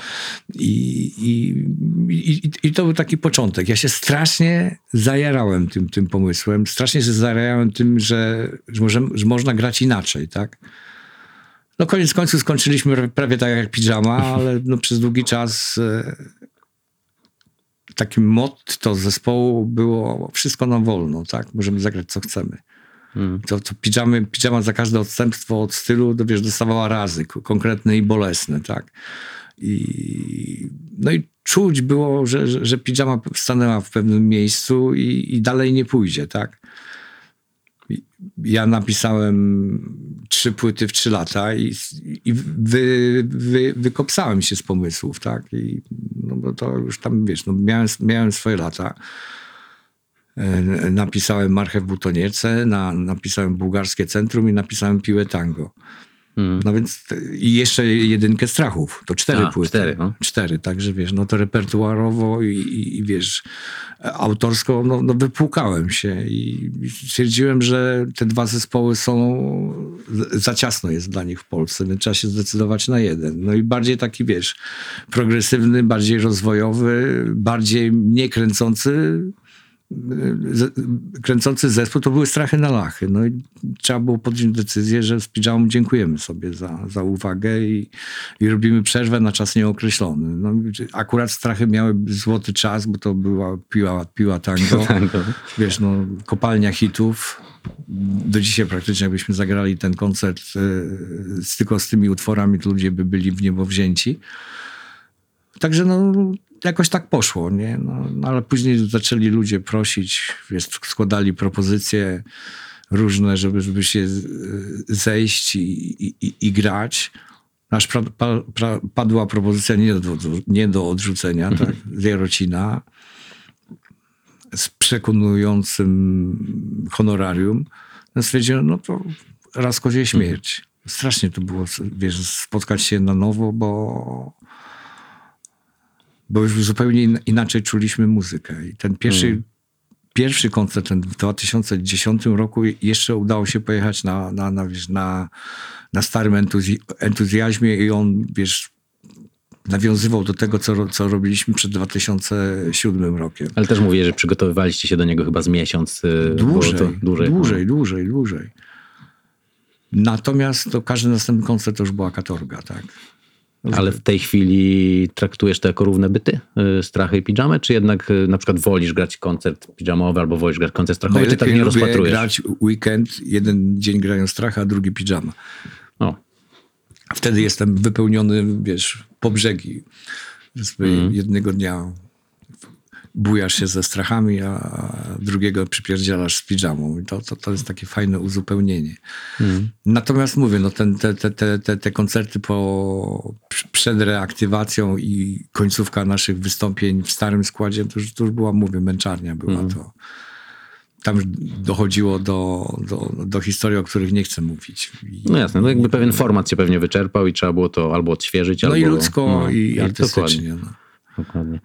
I to był taki początek. Ja się strasznie zajarałem tym pomysłem. Strasznie się zajarałem tym, że można grać inaczej, tak? No koniec końców skończyliśmy prawie tak jak Pidżama, ale no, przez długi czas takim motto zespołu było wszystko nam wolno, tak? Możemy zagrać co chcemy. To Pidżama za każde odstępstwo od stylu, to wiesz, dostawała razy konkretne i bolesne, tak? No i czuć było, że Pidżama stanęła w pewnym miejscu i dalej nie pójdzie, tak? Ja napisałem 3 płyty w 3 lata i wykopsałem się z pomysłów, tak? No bo to już tam, wiesz, no miałem swoje lata. Napisałem Marchew Butoniece, napisałem Bułgarskie Centrum i napisałem Piłę Tango. No więc i jeszcze 1 Strachów. To 4 płyty. 4, no. 4, także wiesz, no to repertuarowo i wiesz, autorsko, no wypłukałem się i stwierdziłem, że te 2 zespoły są, za ciasno jest dla nich w Polsce, więc trzeba się zdecydować na jeden. No i bardziej taki, wiesz, progresywny, bardziej rozwojowy, bardziej mnie kręcący zespół to były Strachy na Lachy. No i trzeba było podjąć decyzję, że z Pidżamą dziękujemy sobie za uwagę i robimy przerwę na czas nieokreślony. No, akurat Strachy miały złoty czas, bo to była piła tango. Wiesz, no, kopalnia hitów. Do dzisiaj praktycznie jakbyśmy zagrali ten koncert tylko z tymi utworami, to ludzie by byli w niebo wzięci. Także no jakoś tak poszło, nie? No, ale później zaczęli ludzie prosić, wiesz, składali propozycje różne, żeby się zejść i grać. Aż padła propozycja nie do odrzucenia, tak? Z Jarocina z przekonującym honorarium. No stwierdziłem, no to raz kozie śmierć. Strasznie to było, wiesz, spotkać się na nowo, bo już zupełnie inaczej czuliśmy muzykę. I ten pierwszy koncert, ten w 2010 roku, jeszcze udało się pojechać na starym entuzjazmie i on, wiesz, nawiązywał do tego, co robiliśmy przed 2007 rokiem. Ale też mówię, że przygotowywaliście się do niego chyba z miesiąc. Dłużej. Natomiast to każdy następny koncert to już była katorga, tak? Ale w tej chwili traktujesz to jako równe byty? Strachy i pidżamy? Czy jednak na przykład wolisz grać koncert pidżamowy albo wolisz grać koncert strachowy? Czy tak nie rozpatrujesz? Grać weekend, jeden dzień grają strachy, a drugi pidżama. O. Wtedy jestem wypełniony, wiesz, po brzegi. Jednego dnia bujasz się ze strachami, a drugiego przypierdzielasz z pidżamą. I to jest takie fajne uzupełnienie. Natomiast mówię, no te koncerty przed reaktywacją i końcówka naszych wystąpień w starym składzie, to już była, mówię, męczarnia była to. Tam dochodziło do historii, o których nie chcę mówić. No jasne, no jakby pewien format się pewnie wyczerpał i trzeba było to albo odświeżyć, no albo... i ludzko, i artystycznie. Dokładnie.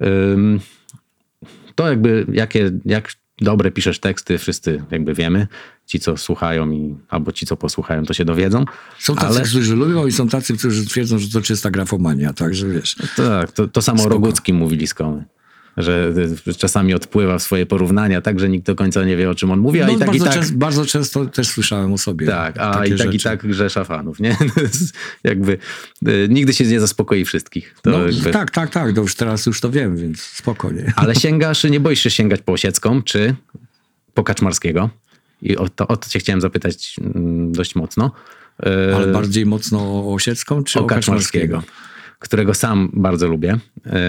To jakby jak dobre piszesz teksty, wszyscy jakby wiemy. Ci, co słuchają albo ci, co posłuchają, to się dowiedzą. Są tacy, którzy lubią i są tacy, którzy twierdzą, że to czysta grafomania, także wiesz. Tak, to samo o Roguckim mówili z Komy. Że czasami odpływa w swoje porównania, tak, że nikt do końca nie wie, o czym on mówi, a bardzo często też słyszałem o sobie. Tak, a i tak grzesza fanów, nie? Jakby nigdy się nie zaspokoi wszystkich. Tak, to już teraz to wiem, więc spokojnie. Ale nie boisz się sięgać po Osiecką, czy po Kaczmarskiego? I o to cię chciałem zapytać dość mocno. Ale bardziej mocno o Osiecką, czy o Kaczmarskiego? Którego sam bardzo lubię.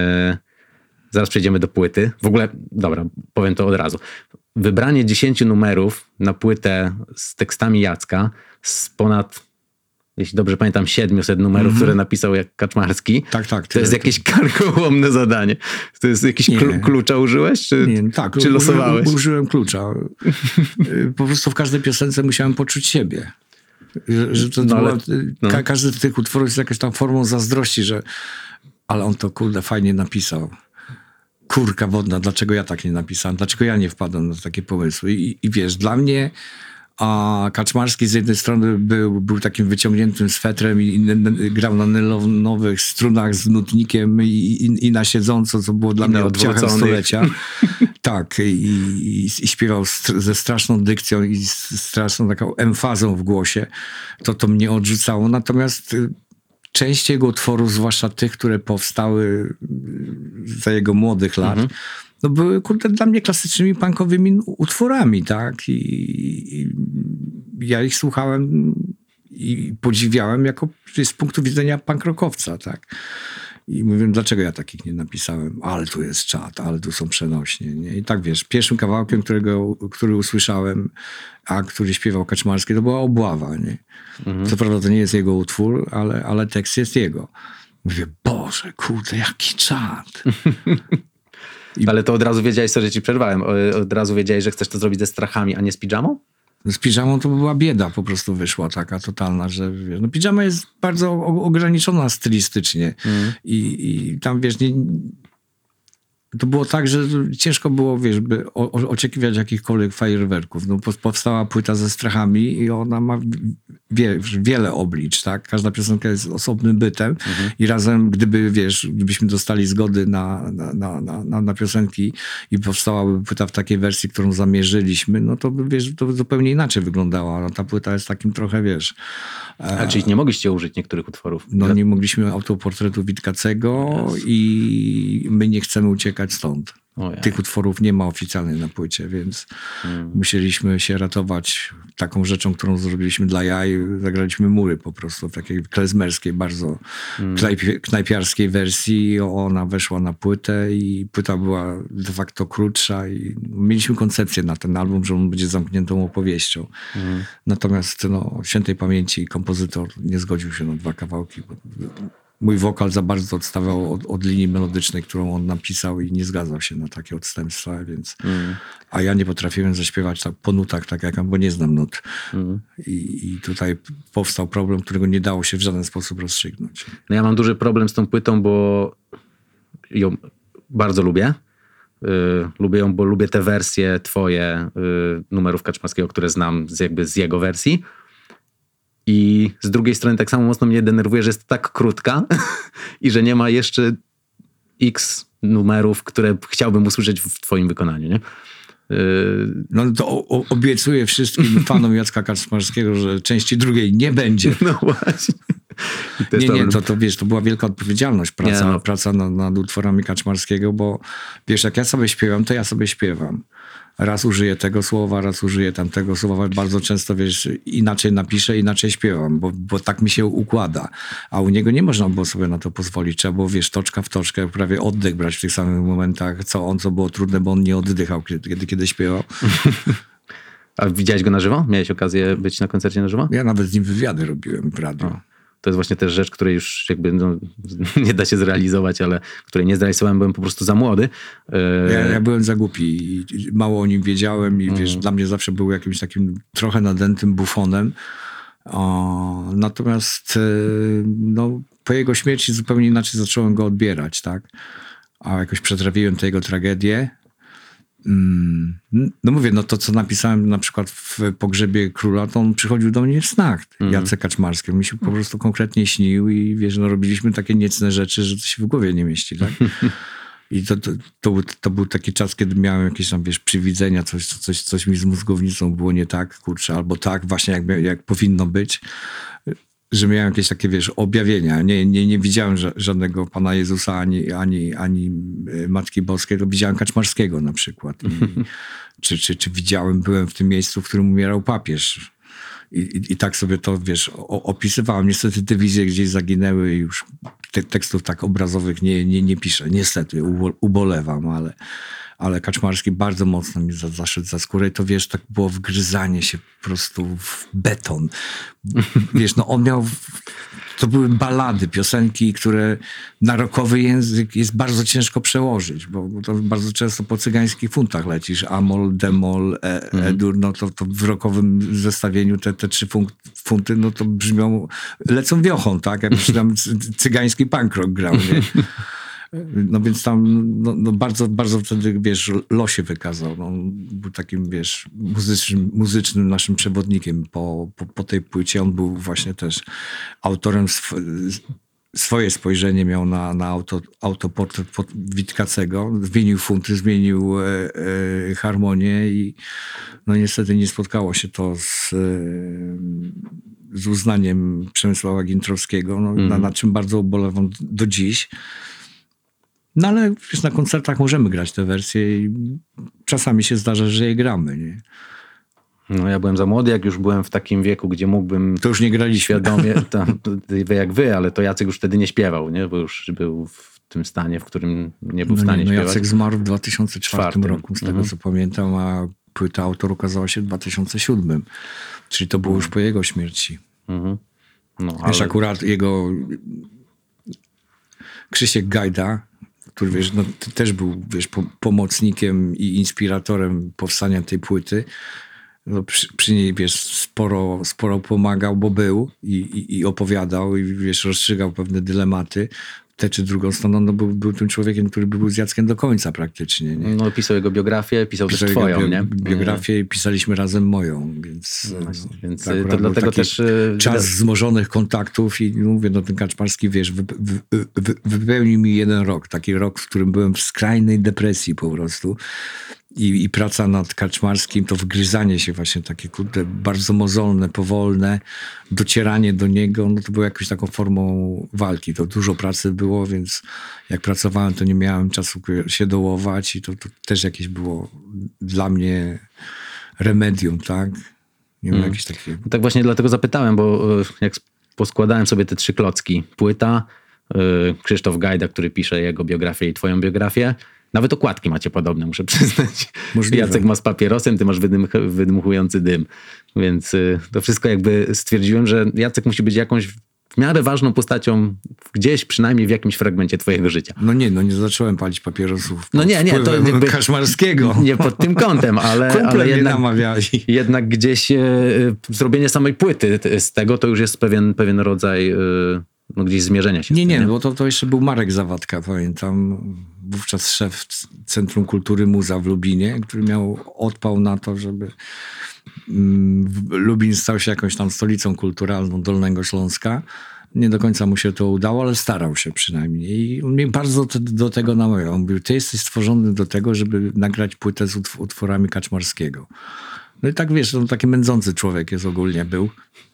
Zaraz przejdziemy do płyty. W ogóle, dobra, powiem to od razu. Wybranie 10 numerów na płytę z tekstami Jacka z ponad, jeśli dobrze pamiętam, 700 numerów, które napisał jak Kaczmarski. Tak. To jest jakieś karkołomne zadanie. To jest jakiś klucza użyłeś? Czy losowałeś? Użyłem klucza. Po prostu w każdej piosence musiałem poczuć siebie. Że to każdy z tych utworów jest jakaś tam formą zazdrości, że ale on to kurde fajnie napisał. Kurka wodna, dlaczego ja tak nie napisałem? Dlaczego ja nie wpadłem na takie pomysły? I wiesz, dla mnie Kaczmarski z jednej strony był takim wyciągniętym swetrem i grał na nylonowych strunach z nutnikiem i na siedząco, co było dla mnie odciachem stulecia. Tak, i śpiewał ze straszną dykcją i straszną taką emfazą w głosie. To mnie odrzucało. Natomiast część jego utworów, zwłaszcza tych, które powstały za jego młodych lat, no były dla mnie klasycznymi punkowymi utworami, tak? I ja ich słuchałem i podziwiałem z punktu widzenia punk rockowca, tak? I mówię, dlaczego ja takich nie napisałem? Ale tu jest czad, ale tu są przenośnie. Nie? I tak wiesz, pierwszym kawałkiem, który usłyszałem, a który śpiewał Kaczmarski, to była Obława. Nie? Co prawda to nie jest jego utwór, ale tekst jest jego. Mówię, Boże, kurde, jaki czad. Ale to od razu wiedziałeś, że ci przerwałem, od razu wiedziałeś, że chcesz to zrobić ze strachami, a nie z pidżamą? Z pidżamą to była bieda po prostu wyszła taka totalna, że wiesz, no pidżama jest bardzo ograniczona stylistycznie i tam wiesz, to było tak, że ciężko było, wiesz, by oczekiwać jakichkolwiek fajerwerków. No, powstała płyta ze strachami i ona ma wiele oblicz, tak? Każda piosenka jest osobnym bytem i razem, gdybyśmy dostali zgody na piosenki i powstałaby płyta w takiej wersji, którą zamierzyliśmy, no to wiesz, to zupełnie inaczej wyglądała. No, ta płyta jest takim trochę, wiesz... A czyli nie mogliście użyć niektórych utworów? No nie mogliśmy autoportretu Witkacego i my nie chcemy uciekać stąd. Tych utworów nie ma oficjalnie na płycie, więc musieliśmy się ratować taką rzeczą, którą zrobiliśmy dla jaj. Zagraliśmy Mury po prostu w takiej klezmerskiej, bardzo knajpiarskiej wersji. Ona weszła na płytę i płyta była de facto krótsza i mieliśmy koncepcję na ten album, że on będzie zamkniętą opowieścią. Natomiast świętej pamięci kompozytor nie zgodził się na 2 kawałki, bo mój wokal za bardzo odstawał od linii melodycznej, którą on napisał i nie zgadzał się na takie odstępstwa, więc... A ja nie potrafiłem zaśpiewać tak po nutach, tak jak on, bo nie znam nut. I tutaj powstał problem, którego nie dało się w żaden sposób rozstrzygnąć. No ja mam duży problem z tą płytą, bo ją bardzo lubię. Lubię ją, bo lubię te wersje twoje numerów Kaczmarskiego, które znam z jego wersji. I z drugiej strony tak samo mocno mnie denerwuje, że jest tak krótka i że nie ma jeszcze x numerów, które chciałbym usłyszeć w twoim wykonaniu, nie? No to obiecuję wszystkim fanom Jacka Kaczmarskiego, że części drugiej nie będzie. No właśnie. Nie, to wiesz, to była wielka odpowiedzialność, praca nad utworami Kaczmarskiego, bo wiesz, jak ja sobie śpiewam, to ja sobie śpiewam. Raz użyję tego słowa, raz użyję tamtego słowa. Bardzo często, wiesz, inaczej napiszę, inaczej śpiewam, bo tak mi się układa. A u niego nie można było sobie na to pozwolić. Trzeba było, wiesz, toczka w toczkę, prawie oddech brać w tych samych momentach, co było trudne, bo on nie oddychał, kiedy śpiewał. A widziałeś go na żywo? Miałeś okazję być na koncercie na żywo? Ja nawet z nim wywiady robiłem w radiu. To jest właśnie też rzecz, której już jakby nie da się zrealizować, ale której nie zrealizowałem, byłem po prostu za młody. Ja byłem za głupi i mało o nim wiedziałem i wiesz, dla mnie zawsze był jakimś takim trochę nadętym bufonem. Natomiast no, po jego śmierci zupełnie inaczej zacząłem go odbierać, tak? A jakoś przetrawiłem tę jego tragedię. No mówię, no to co napisałem na przykład w Pogrzebie Króla, to on przychodził do mnie w snach, Jacek Kaczmarski. On mi się po prostu konkretnie śnił i wiesz, no robiliśmy takie niecne rzeczy, że to się w głowie nie mieści, tak? I to był taki czas, kiedy miałem jakieś tam, wiesz, przywidzenia, coś mi z mózgownicą było nie tak, kurczę, albo tak właśnie jak powinno być, że miałem jakieś takie, wiesz, objawienia. Nie widziałem żadnego Pana Jezusa ani Matki Boskiej, to widziałem Kaczmarskiego na przykład. Czy byłem w tym miejscu, w którym umierał papież. I tak sobie to, wiesz, opisywałem. Niestety te wizje gdzieś zaginęły i już tekstów tak obrazowych nie piszę. Niestety, ubolewam, ale Kaczmarski bardzo mocno mi zaszedł za skórę i to, wiesz, tak było wgryzanie się po prostu w beton. Wiesz, no on miał... To były balady, piosenki, które na rockowy język jest bardzo ciężko przełożyć, bo to bardzo często po cygańskich funtach lecisz. Amol, demol, e-dur, no to w rockowym zestawieniu te 3 funty, no to brzmią, lecą wiochą, tak? Jakbyś tam cygański punk rock grał, nie? No więc tam no bardzo, bardzo wtedy, wiesz, Losie wykazał. No, był takim, wiesz, muzycznym naszym przewodnikiem po tej płycie. On był właśnie też autorem, swoje spojrzenie miał na autoportret Witkacego. Zmienił funty, zmienił harmonię i no niestety nie spotkało się to z uznaniem Przemysława Gintrowskiego, no, na czym bardzo ubolewam do dziś. No ale wiesz, na koncertach możemy grać te wersje i czasami się zdarza, że je gramy, nie? No ja byłem za młody, jak już byłem w takim wieku, gdzie mógłbym... To już nie graliśmy. Świadomie, jak wy, ale to Jacek już wtedy nie śpiewał, nie? Bo już był w tym stanie, w którym nie był w stanie śpiewać. Jacek zmarł w 2004 roku, z tego co pamiętam, a płyta Autor ukazała się w 2007. Czyli to było już po jego śmierci. No, wiesz, akurat jego Krzysiek Gajda, który, wiesz, no, też był, wiesz, pomocnikiem i inspiratorem powstania tej płyty. No, przy niej, wiesz, sporo pomagał, bo był i opowiadał i, wiesz, rozstrzygał pewne dylematy. Tę czy drugą stroną, no był tym człowiekiem, który był z Jackiem do końca praktycznie. Nie? No pisał jego biografię, pisał też twoją, nie? Biografię i pisaliśmy razem moją, więc... No właśnie, więc to dlatego też... Czas wzmożonych kontaktów i mówię, no ten Kaczmarski, wiesz, wypełnił mi 1 rok. Taki rok, w którym byłem w skrajnej depresji po prostu. I praca nad Kaczmarskim, to wgryzanie się właśnie takie, kurde, bardzo mozolne, powolne, docieranie do niego, no to było jakąś taką formą walki. To dużo pracy było, więc jak pracowałem, to nie miałem czasu się dołować i to też jakieś było dla mnie remedium, tak? Nie wiem, jakieś takie... Tak właśnie dlatego zapytałem, bo jak poskładałem sobie te 3 klocki, płyta, Krzysztof Gajda, który pisze jego biografię i twoją biografię, nawet okładki macie podobne, muszę przyznać. Możliwe. Jacek ma z papierosem, ty masz wydmuchujący dym. Więc to wszystko jakby stwierdziłem, że Jacek musi być jakąś w miarę ważną postacią gdzieś, przynajmniej w jakimś fragmencie twojego życia. No nie zacząłem palić papierosów. No nie, to jakby Kaczmarskiego. Nie pod tym kątem, ale jednak, namawiali. Jednak gdzieś zrobienie samej płyty z tego to już jest pewien rodzaj... No gdzieś zmierzenia się. Nie, bo to jeszcze był Marek Zawadka, pamiętam. Wówczas szef Centrum Kultury Muza w Lubinie, który miał odpał na to, żeby Lubin stał się jakąś tam stolicą kulturalną Dolnego Śląska. Nie do końca mu się to udało, ale starał się przynajmniej. I on mnie bardzo do tego namawiał. On mówił, ty jesteś stworzony do tego, żeby nagrać płytę z utworami Kaczmarskiego. No i tak wiesz, on taki mędzący człowiek jest ogólnie był.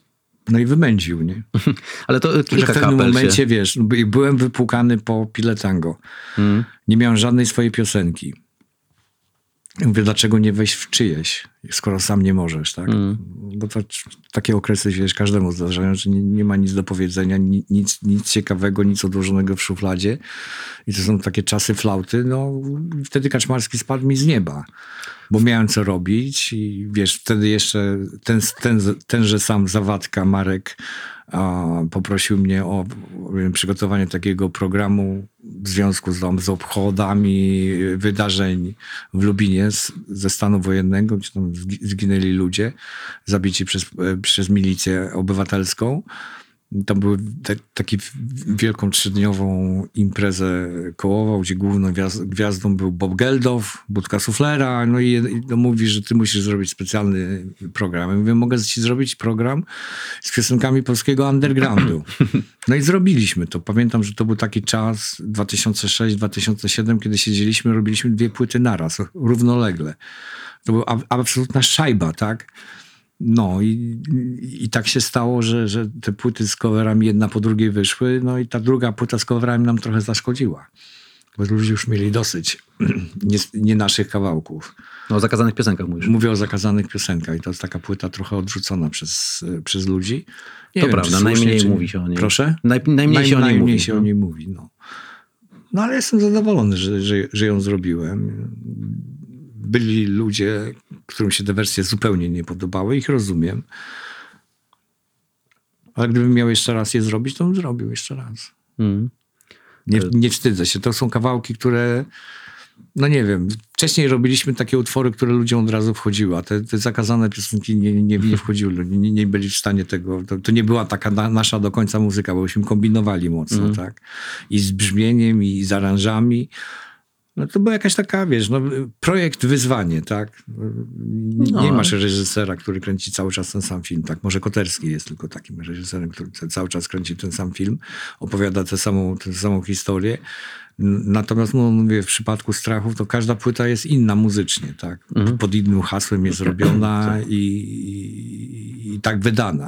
No i wymędził, nie? Ale to Że kilka w pewnym kapel momencie, się... wiesz, byłem wypłukany po Pile Tango. Nie miałem żadnej swojej piosenki. Mówię, dlaczego nie wejść w czyjeś, skoro sam nie możesz, tak? Bo to takie okresy, wiesz, każdemu zdarzają, że nie ma nic do powiedzenia, nic ciekawego, nic odłożonego w szufladzie. I to są takie czasy flauty. No, wtedy Kaczmarski spadł mi z nieba, bo miałem co robić i wiesz, wtedy jeszcze tenże sam Zawadka, Marek, poprosił mnie o przygotowanie takiego programu w związku z obchodami wydarzeń w Lubinie ze stanu wojennego, gdzie tam zginęli ludzie zabici przez milicję obywatelską. Tam były taki wielką 3-dniową imprezę kołową, gdzie główną gwiazdą był Bob Geldof, budka suflera, no i mówi, że ty musisz zrobić specjalny program. Ja mówię, mogę ci zrobić program z piosenkami polskiego undergroundu. No i zrobiliśmy to. Pamiętam, że to był taki czas 2006-2007, kiedy siedzieliśmy, robiliśmy 2 płyty naraz, równolegle. To była absolutna szajba, tak? No i tak się stało, że te płyty z coverami jedna po drugiej wyszły, no i ta druga płyta z coverami nam trochę zaszkodziła. Bo ludzie już mieli dosyć nie naszych kawałków. No o zakazanych piosenkach mówisz. Mówię o zakazanych piosenkach i to jest taka płyta trochę odrzucona przez ludzi. Nie to wiem, prawda, najmniej mówi się o niej. Proszę? Najmniej się o niej mówi. się o niej mówi, no. No ale jestem zadowolony, że ją zrobiłem. Byli ludzie, którym się te wersje zupełnie nie podobały, ich rozumiem. Ale gdybym miał jeszcze raz je zrobić, to bym zrobił jeszcze raz. Nie wstydzę się. To są kawałki, które, no nie wiem, wcześniej robiliśmy takie utwory, które ludziom od razu wchodziły, a te zakazane piosenki nie wchodziły. Nie byli w stanie tego, to nie była taka nasza do końca muzyka, bo byśmy kombinowali mocno, tak? I z brzmieniem, i z aranżami. No to była jakaś taka, wiesz, no, projekt, wyzwanie, tak? Nie masz reżysera, który kręci cały czas ten sam film, tak? Może Koterski jest tylko takim reżyserem, który cały czas kręci ten sam film, opowiada tę samą historię. Natomiast, no mówię, w przypadku Strachów to każda płyta jest inna muzycznie, tak? Pod innym hasłem jest robiona i tak wydana.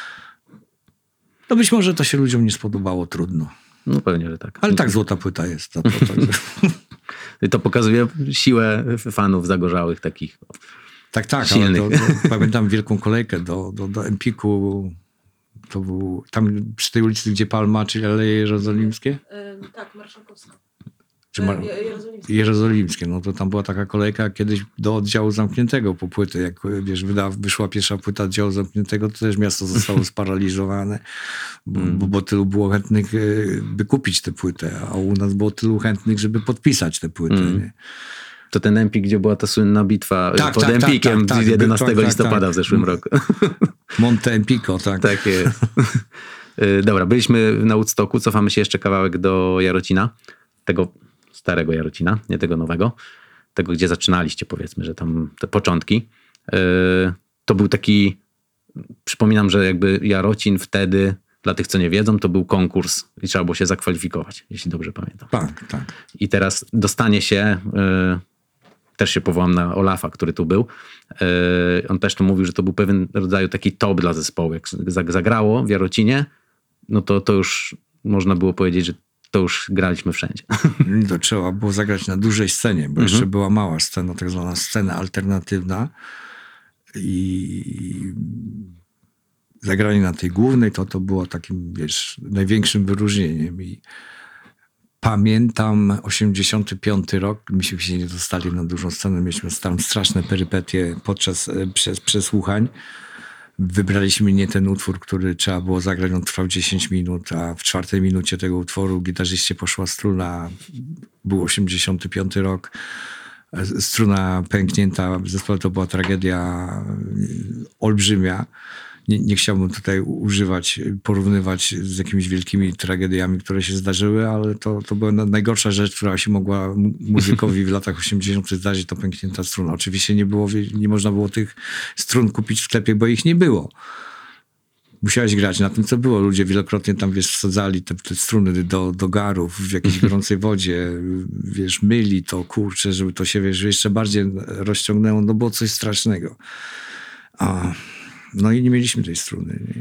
No być może to się ludziom nie spodobało, trudno. No pewnie, że tak. Ale tak złota płyta jest. To pokazuje siłę fanów zagorzałych takich Tak, silnych. ale pamiętam wielką kolejkę do Empiku. To był tam przy tej ulicy, gdzie Palma, czyli Aleje Jerozolimskie? Tak, Marszałkowska. Czy Jerozolimskie. No to tam była taka kolejka kiedyś do oddziału zamkniętego po płyty. Jak wiesz, wyszła pierwsza płyta oddziału zamkniętego, to też miasto zostało sparaliżowane, bo tylu było chętnych, by kupić tę płytę, a u nas było tylu chętnych, żeby podpisać tę płytę. Nie? To ten Empik, gdzie była ta słynna bitwa pod Empikiem 11 listopada w zeszłym roku. Monte Empico, tak. Tak jest. Dobra, byliśmy na Woodstocku, cofamy się jeszcze kawałek do Jarocina. Tego starego Jarocina, nie tego nowego. Tego, gdzie zaczynaliście, powiedzmy, że tam te początki. To był taki, przypominam, że jakby Jarocin wtedy, dla tych, co nie wiedzą, to był konkurs i trzeba było się zakwalifikować, jeśli dobrze pamiętam. Tak. I teraz dostanie się, też się powołam na Olafa, który tu był. On też tu mówił, że to był pewien rodzaj taki top dla zespołu. Jak zagrało w Jarocinie, no to już można było powiedzieć, że to już graliśmy wszędzie. To trzeba było zagrać na dużej scenie, bo jeszcze była mała scena, tak zwana scena alternatywna. I zagranie na tej głównej to było takim, wiesz, największym wyróżnieniem. I pamiętam 85 rok, myśmy się nie dostali na dużą scenę, mieliśmy tam straszne perypetie podczas przesłuchań. Wybraliśmy nie ten utwór, który trzeba było zagrać, on trwał 10 minut, a w 4 minucie tego utworu gitarzyście poszła struna, był 85 rok, struna pęknięta, w zespole to była tragedia olbrzymia. Nie chciałbym tutaj porównywać z jakimiś wielkimi tragediami, które się zdarzyły, ale to była najgorsza rzecz, która się mogła muzykowi w latach 80. zdarzyć, to pęknięta struna. Oczywiście nie można było tych strun kupić w sklepie, bo ich nie było. Musiałeś grać na tym, co było. Ludzie wielokrotnie tam, wiesz, wsadzali te struny do garów w jakiejś gorącej wodzie, wiesz, myli to, kurczę, żeby to się, wiesz, jeszcze bardziej rozciągnęło. No było coś strasznego. No i nie mieliśmy tej struny.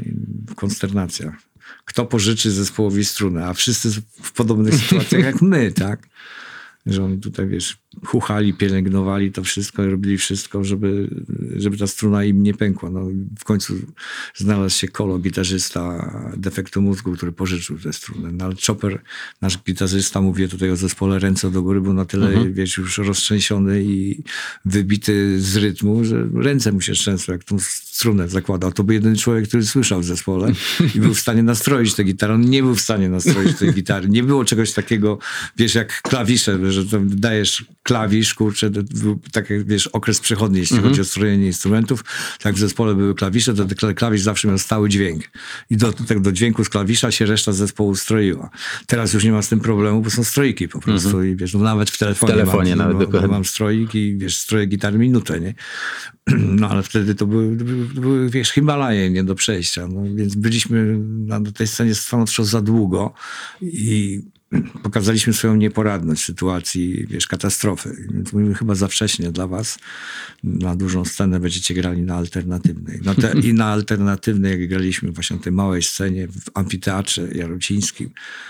konsternacja. Kto pożyczy zespołowi strunę, a wszyscy w podobnych sytuacjach jak my, tak? Że oni tutaj, wiesz, chuchali, pielęgnowali to wszystko i robili wszystko, żeby ta struna im nie pękła. No, w końcu znalazł się Kolo, gitarzysta defektu mózgu, który pożyczył tę strunę. No, ale Chopper, nasz gitarzysta, mówię tutaj o zespole Ręce do góry, był na tyle, wiesz, już roztrzęsiony i wybity z rytmu, że ręce mu się trzęsły, jak tą strunę zakładał. To był jedyny człowiek, który słyszał w zespole i był w stanie nastroić tę gitarę. On nie był w stanie nastroić tej gitary. Nie było czegoś takiego, wiesz, jak klawisze, że tam dajesz klawisz, kurczę, to był taki, wiesz, okres przechodni, jeśli chodzi o strojenie instrumentów. Tak w zespole były klawisze, to ten klawisz zawsze miał stały dźwięk. I do dźwięku z klawisza się reszta zespołu stroiła. Teraz już nie ma z tym problemu, bo są strojki po prostu. I wiesz, no nawet w telefonie mam stroik i wiesz, stroję gitary minutę, nie? No ale wtedy to były wiesz, Himalaje nie do przejścia. No, więc byliśmy na tej scenie stanowczo za długo i pokazaliśmy swoją nieporadność w sytuacji, wiesz, katastrofy. Więc mówimy, chyba za wcześnie dla was. Na dużą scenę będziecie grali na alternatywnej. I na alternatywnej, jak graliśmy właśnie na tej małej scenie w amfiteatrze jarocińskim,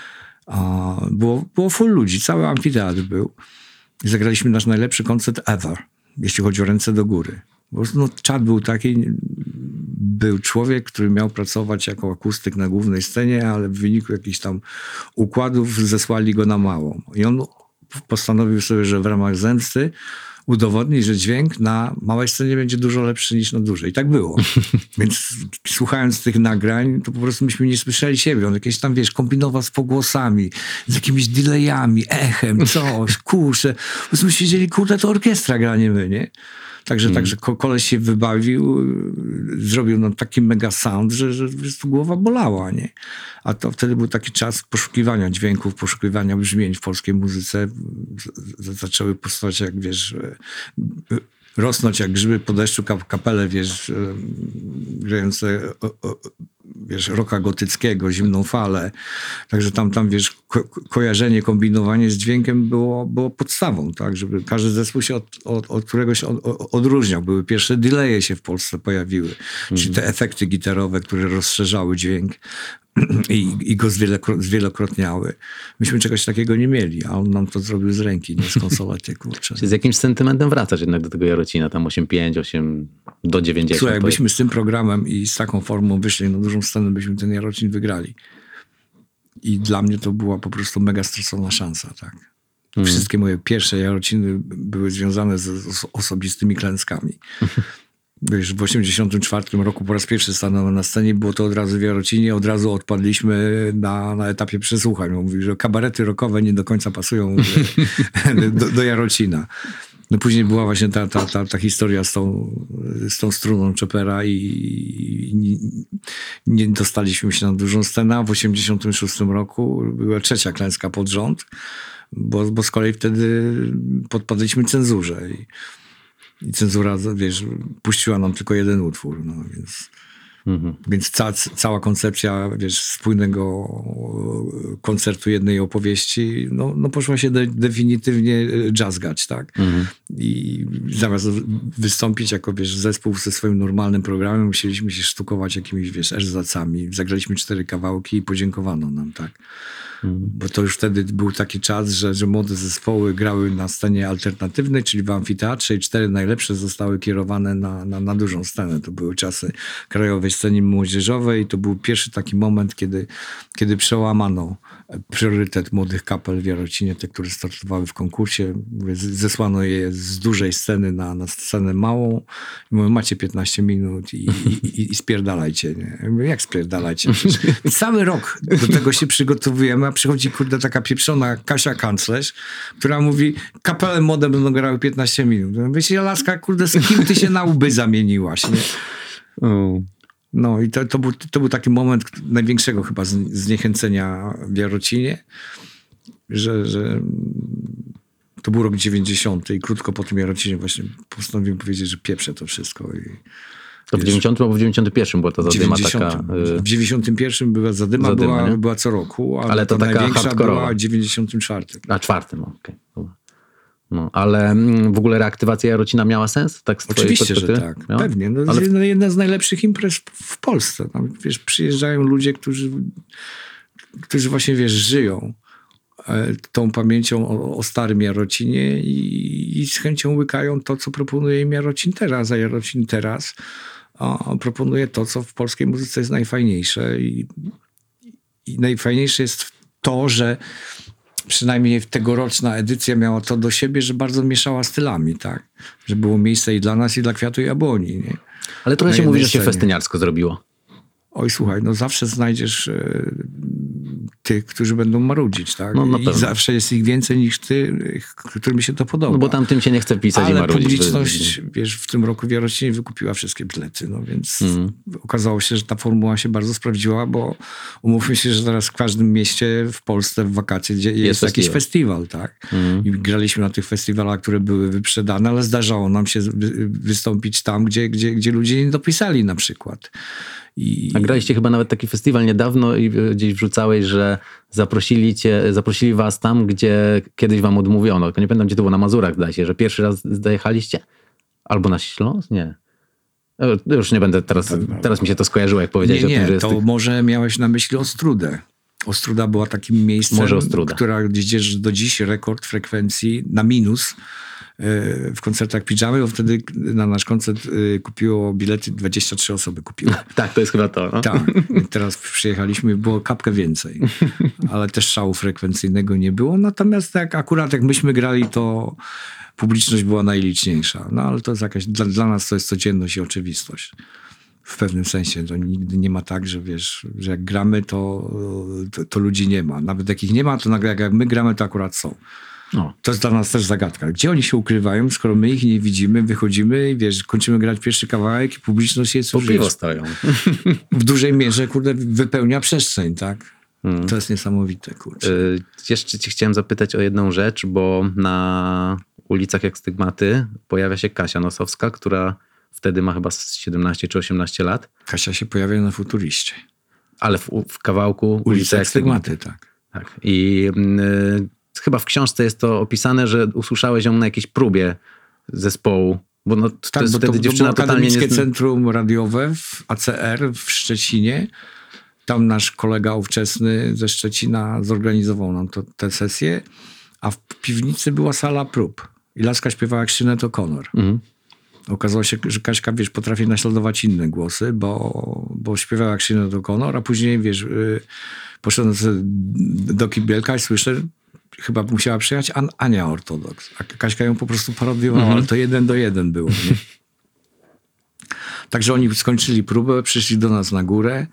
było full ludzi, cały amfiteatr był. I zagraliśmy nasz najlepszy koncert ever, jeśli chodzi o Ręce do góry. Po prostu, no, czat był taki, był człowiek, który miał pracować jako akustyk na głównej scenie, ale w wyniku jakichś tam układów zesłali go na małą. I on postanowił sobie, że w ramach zemsty udowodni, że dźwięk na małej scenie będzie dużo lepszy niż na dużej. I tak było. Więc słuchając tych nagrań, to po prostu myśmy nie słyszeli siebie. On jakieś tam, wiesz, kombinował z pogłosami, z jakimiś delayami, echem, coś, kurczę. Po prostu siedzieli, kurde, to orkiestra gra, nie my, nie? Także koleś się wybawił, zrobił nam taki mega sound, że głowa bolała, nie? A to wtedy był taki czas poszukiwania dźwięków, poszukiwania brzmień w polskiej muzyce. Zaczęły powstawać, jak wiesz, rosnąć jak grzyby po deszczu kapele, wiesz, grające, wiesz, rocka gotyckiego, Zimną falę. Także tam wiesz, kojarzenie, kombinowanie z dźwiękiem było podstawą, tak, żeby każdy zespół się od któregoś odróżniał. Były pierwsze delaye się w Polsce pojawiły, czyli te efekty gitarowe, które rozszerzały dźwięk i go zwielokrotniały. Myśmy czegoś takiego nie mieli, a on nam to zrobił z ręki, nie z konsolety, kurczę. Czyli z jakimś sentymentem wracasz jednak do tego Jarocina, tam 8.5, 8 do 90. Słuchaj, jakbyśmy z tym programem i z taką formą wyszli na dużą scenę, byśmy ten Jarocin wygrali. I dla mnie to była po prostu mega stracona szansa, tak. Wszystkie moje pierwsze Jarociny były związane z osobistymi klęskami. Wiesz, w 1984 roku po raz pierwszy stanąłem na scenie, było to od razu w Jarocinie, od razu odpadliśmy na etapie przesłuchań. Mówi, że kabarety rockowe nie do końca pasują do Jarocina. No później była właśnie ta historia z tą struną Choppera i nie dostaliśmy się na dużą scenę. W 1986 roku była trzecia klęska pod rząd, bo z kolei wtedy podpadliśmy cenzurze. I cenzura, wiesz, puściła nam tylko jeden utwór, no więc... Więc cała koncepcja, wiesz, spójnego koncertu jednej opowieści, no poszła się definitywnie jazzgać, tak? I zamiast wystąpić jako, wiesz, zespół ze swoim normalnym programem, musieliśmy się sztukować jakimiś, wiesz, erzacami. Zagraliśmy 4 kawałki i podziękowano nam, tak? Bo to już wtedy był taki czas, że młode zespoły grały na scenie alternatywnej, czyli w amfiteatrze i 4 najlepsze zostały kierowane na dużą scenę. To były czasy krajowej sceny młodzieżowej. To był pierwszy taki moment, kiedy przełamano priorytet młodych kapel w Jarocinie, te, które startowały w konkursie. Zesłano je z dużej sceny na scenę małą. I mówię, macie 15 minut i spierdalajcie. Nie? Mówię, jak spierdalajcie? Cały rok do tego się przygotowujemy, a przychodzi, kurde, taka pieprzona Kasia Kanclerz, która mówi, kapele młode będą grały 15 minut. Wiecie, laska, kurde, z kim ty się na łby zamieniłaś, nie? No i to był taki moment największego chyba zniechęcenia w Jarocinie, że to był rok 90 i krótko po tym Jarocinie właśnie postanowiłem powiedzieć, że pieprzę to wszystko. To w 90 albo w 91 była ta zadyma taka... W 91 była zadyma, była co roku, ale ta taka największa była w 94. A 4, okej. No, ale w ogóle reaktywacja Jarocina miała sens? Tak z twojej Oczywiście, że perspektywy? tak. Miała? Pewnie. No, Ale to jest jedna z najlepszych imprez w Polsce. Tam, wiesz, przyjeżdżają ludzie, którzy właśnie, wiesz, żyją tą pamięcią o starym Jarocinie i z chęcią łykają to, co proponuje im Jarocin teraz. A Jarocin teraz proponuje to, co w polskiej muzyce jest najfajniejsze. I najfajniejsze jest to, że przynajmniej tegoroczna edycja miała to do siebie, że bardzo mieszała stylami, tak? Że było miejsce i dla nas, i dla Kwiatu Jabłoni, nie? Ale trochę Na się mówi, jednej że się scenie. festyniarsko zrobiło. Oj, słuchaj, no zawsze znajdziesz tych, którzy będą marudzić, tak? No, na I pewno. zawsze jest ich więcej niż tych, którym się to podoba. No bo tamtym się nie chce pisać i Ale marudzić. publiczność, wiesz, w tym roku w Jarocinie wykupiła wszystkie bilety, no więc okazało się, że ta formuła się bardzo sprawdziła, bo umówmy się, że teraz w każdym mieście w Polsce w wakacje jest jakiś festiwal, tak? I graliśmy na tych festiwalach, które były wyprzedane, ale zdarzało nam się wystąpić tam, gdzie ludzie nie dopisali na przykład. A graliście chyba nawet taki festiwal niedawno i gdzieś wrzucałeś, że zaprosili was tam, gdzie kiedyś wam odmówiono. To nie pamiętam, gdzie to było, na Mazurach zdaje się, że pierwszy raz dojechaliście? Albo na Śląsk? Nie. Już nie będę teraz mi się to skojarzyło, jak powiedziałeś o tym, że Nie, jest to może miałeś na myśli Ostrudę. Ostruda była takim miejscem, Może Ostruda. która gdzieś do dziś rekord frekwencji na minus w koncertach Pidżamy, bo wtedy na nasz koncert kupiło bilety, 23 osoby kupiły. Tak, to jest chyba to. No? Tak. Teraz przyjechaliśmy i było kapkę więcej. Ale też szału frekwencyjnego nie było. Natomiast akurat jak myśmy grali, to publiczność była najliczniejsza. No ale to jest jakaś, dla nas to jest codzienność i oczywistość. W pewnym sensie. To nigdy nie ma tak, że wiesz, że jak gramy, to ludzi nie ma. Nawet jakich nie ma, to nagle jak my gramy, to akurat są. No. To jest dla nas też zagadka. Gdzie oni się ukrywają, skoro my ich nie widzimy, wychodzimy i wiesz, kończymy grać pierwszy kawałek i publiczność jest Po już, piwo wiesz, stoją. w dużej mierze, kurde, wypełnia przestrzeń, tak? To jest niesamowite, kurczę. Jeszcze ci chciałem zapytać o jedną rzecz, bo na ulicach jak Stygmaty pojawia się Kasia Nosowska, która wtedy ma chyba 17 czy 18 lat, Kasia się pojawia na Futuriście. ale w kawałku Ulica jak Stygmaty, tak. Tak. I chyba w książce jest to opisane, że usłyszałeś ją na jakiejś próbie zespołu. Bo no, to jest bo wtedy dziewczyna było totalnie Akademickie Centrum Radiowe w ACR w Szczecinie. Tam nasz kolega ówczesny ze Szczecina zorganizował nam tę sesję, a w piwnicy była sala prób. I laska śpiewała jak Sinead O'Connor. Okazało się, że Kaśka, wiesz, potrafi naśladować inne głosy, bo śpiewała jak Sinead O'Connor, a później, wiesz, poszedłem do Kibielka i słyszę, chyba musiała przyjechać Ania Ortodoks. A Kaśka ją po prostu parodiowała, ale to 1:1 było. Nie? Także oni skończyli próbę, przyszli do nas na górę.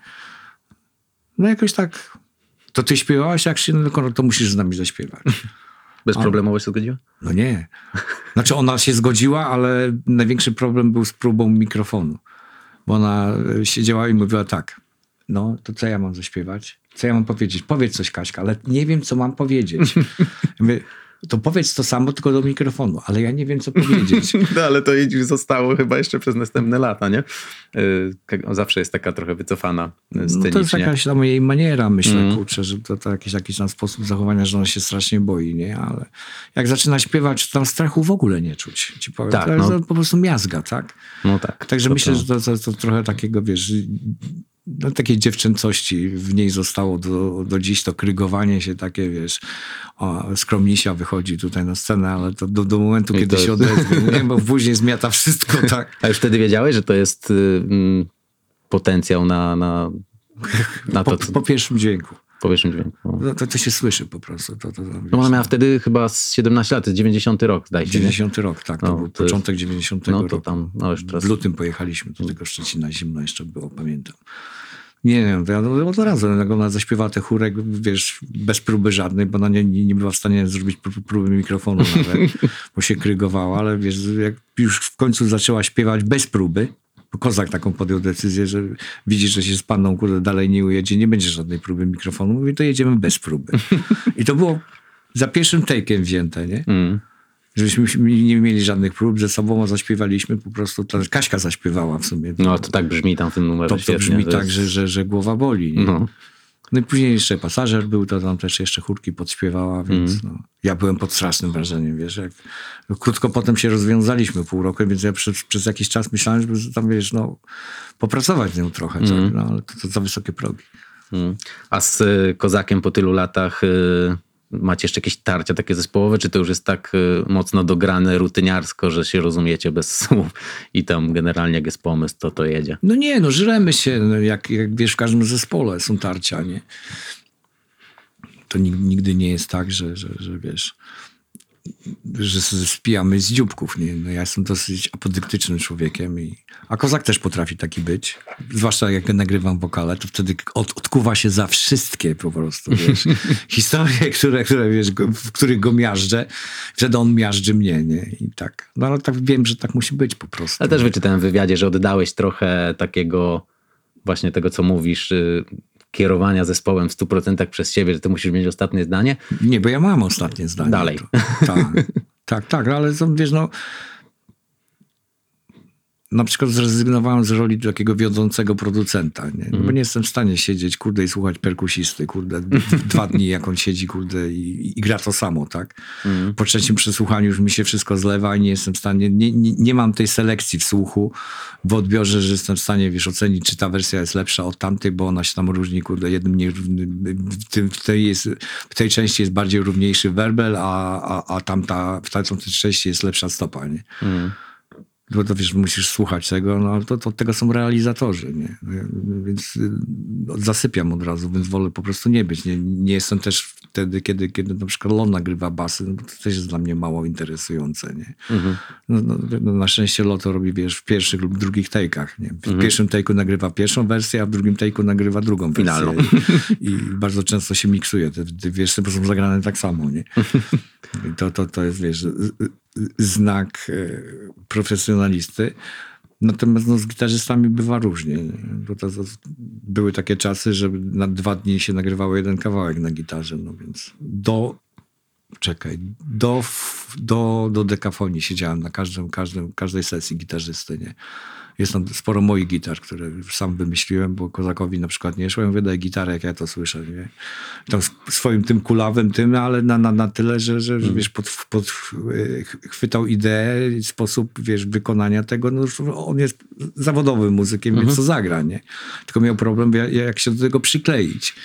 No jakoś tak, to ty śpiewałaś jak Sinead O'Connor, to musisz z nami zaśpiewać. bezproblemowo się zgodziła? No nie. Znaczy ona się zgodziła, ale największy problem był z próbą mikrofonu. Bo ona siedziała i mówiła tak, no to co ja mam zaśpiewać? Co ja mam powiedzieć? Powiedz coś, Kaśka, ale nie wiem, co mam powiedzieć. Ja mówię, to powiedz to samo, tylko do mikrofonu, ale ja nie wiem, co powiedzieć. No ale to jej zostało chyba jeszcze przez następne lata, nie? Zawsze jest taka trochę wycofana scenicznie. No to jest jakaś tam jej maniera, myślę, kurczę, że to jakiś tam sposób zachowania, że ona się strasznie boi, nie? Ale jak zaczyna śpiewać, to tam strachu w ogóle nie czuć. Ci powiem. Tak, to jest po prostu miazga, tak? No tak. Także myślę, że to trochę takiego, wiesz, no, takiej dziewczęcości w niej zostało do dziś, to krygowanie się takie, wiesz, skromnisia wychodzi tutaj na scenę, ale to do momentu, kiedy się odezwie, nie? Bo później zmiata wszystko, tak? A już wtedy wiedziałeś, że to jest potencjał na to, co Po pierwszym dźwięku. po pierwszym dźwięku. No. No, to się słyszy po prostu. No ona miała wtedy chyba z 17 lat, to jest 90 rok, zdaje się. 90 rok, tak. To No, był to początek 90 no, to roku. tam, no już teraz. W lutym pojechaliśmy do tego Szczecina, zimno jeszcze było, pamiętam. Nie, to ja od razu, jak ona zaśpiewała te chórek, wiesz, bez próby żadnej, bo ona nie była w stanie zrobić próby mikrofonu nawet, bo się krygowała, ale wiesz, jak już w końcu zaczęła śpiewać bez próby, bo Kozak taką podjął decyzję, że widzi, że się z panną, kurde, dalej nie ujedzie, nie będzie żadnej próby mikrofonu, mówi, to jedziemy bez próby. I to było za pierwszym take'em wzięte, nie? Żebyśmy nie mieli żadnych prób ze sobą, a zaśpiewaliśmy po prostu, to Kaśka zaśpiewała w sumie. No to tak brzmi tam w tym numerze To świetnie. brzmi to tak, jest... że głowa boli. Nie? No. No i później jeszcze Pasażer był, to tam też jeszcze chórki podśpiewała, więc no, ja byłem pod strasznym wrażeniem, wiesz, jak krótko potem się rozwiązaliśmy, pół roku, więc ja przez jakiś czas myślałem, żeby tam, wiesz, no, popracować z nią trochę, no, ale to za wysokie progi. A z Kozakiem po tylu latach macie jeszcze jakieś tarcia takie zespołowe, czy to już jest tak mocno dograne rutyniarsko, że się rozumiecie bez słów i tam generalnie jak jest pomysł, to jedzie? No nie, no żremy się, no, jak wiesz, w każdym zespole są tarcia, nie? To nigdy nie jest tak, że wiesz, że spijamy z dzióbków, nie? No ja jestem dosyć apodyktycznym człowiekiem, a Kozak też potrafi taki być. Zwłaszcza jak nagrywam wokale, to wtedy odkuwa się za wszystkie po prostu, wiesz. Historie, które wiesz, w których go miażdżę, wtedy on miażdży mnie, nie? I tak. No ale tak wiem, że tak musi być po prostu. Ale też wyczytałem w wywiadzie, że oddałeś trochę takiego właśnie tego, co mówisz, kierowania zespołem w 100% przez siebie, że ty musisz mieć ostatnie zdanie. Nie, bo ja mam ostatnie zdanie. Dalej. Tak, ale to, wiesz, no na przykład zrezygnowałem z roli takiego wiodącego producenta, nie? Bo nie jestem w stanie siedzieć, kurde, i słuchać perkusisty, kurde, 2 dni jak on siedzi, kurde, i gra to samo, tak? Po trzecim przesłuchaniu już mi się wszystko zlewa i nie jestem w stanie, nie mam tej selekcji w słuchu, w odbiorze, że jestem w stanie, wiesz, ocenić, czy ta wersja jest lepsza od tamtej, bo ona się tam różni, kurde, w tej części jest bardziej równiejszy werbel, a tamta, w tamtej części jest lepsza stopa, nie? Bo to wiesz, musisz słuchać tego, no ale to tego są realizatorzy, nie? Więc zasypiam od razu, więc wolę po prostu nie być. Nie jestem też wtedy, kiedy na przykład Lon nagrywa basy, no bo to też jest dla mnie mało interesujące, nie? No, na szczęście Lo to robi, wiesz, w pierwszych lub drugich take'ach, nie? W pierwszym take'u nagrywa pierwszą wersję, a w drugim take'u nagrywa drugą finalną. wersję. I bardzo często się miksuje. Te wersje po prostu są zagrane tak samo, nie? To jest, wiesz, znak profesjonalisty. Natomiast no, z gitarzystami bywa różnie. Bo to były takie czasy, że na 2 dni się nagrywało jeden kawałek na gitarze. No więc do dekafonii siedziałem na każdej sesji gitarzysty. Nie? Jest tam sporo moich gitar, które sam wymyśliłem, bo Kozakowi na przykład nie szło. Ja mówię, daj gitarę, jak ja to słyszę. Nie? Tam swoim tym kulawym ale na tyle, że wiesz, chwytał ideę i sposób, wiesz, wykonania tego. No, on jest zawodowym muzykiem, więc to zagra, nie? Tylko miał problem, jak się do tego przykleić.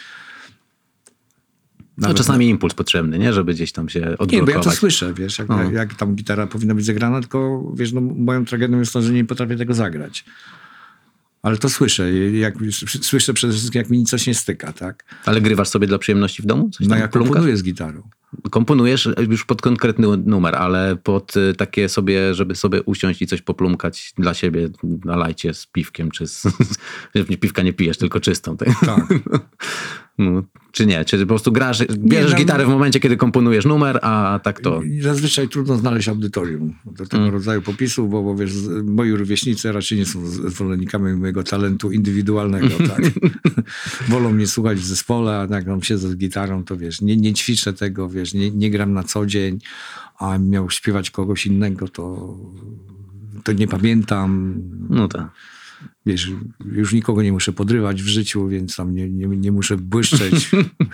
No czasami impuls potrzebny, nie? Żeby gdzieś tam się odblokować. Nie, bo ja to słyszę, wiesz, jak tam gitara powinna być zagrana, tylko wiesz, no, moją tragedią jest to, że nie potrafię tego zagrać. Ale to słyszę. Słyszę przede wszystkim, jak mi coś nie styka, tak? Ale grywasz sobie dla przyjemności w domu? Coś no tam ja komponuję z gitarą. Komponujesz już pod konkretny numer, ale pod takie sobie, żeby sobie usiąść i coś poplumkać dla siebie na lajcie z piwkiem, czy piwka nie pijesz, tylko czystą. Tak. No, czy nie? Czy po prostu bierzesz gitarę w momencie, kiedy komponujesz numer, a tak to... Zazwyczaj trudno znaleźć audytorium do tego rodzaju popisów, bo wiesz, moi rówieśnicy raczej nie są zwolennikami mojego talentu indywidualnego. Tak? Wolą mnie słuchać w zespole, a jak tam siedzę z gitarą, to wiesz, nie ćwiczę tego, wiesz, nie gram na co dzień, a miał śpiewać kogoś innego, to nie pamiętam. No tak. Wiesz, już nikogo nie muszę podrywać w życiu, więc tam nie muszę błyszczeć.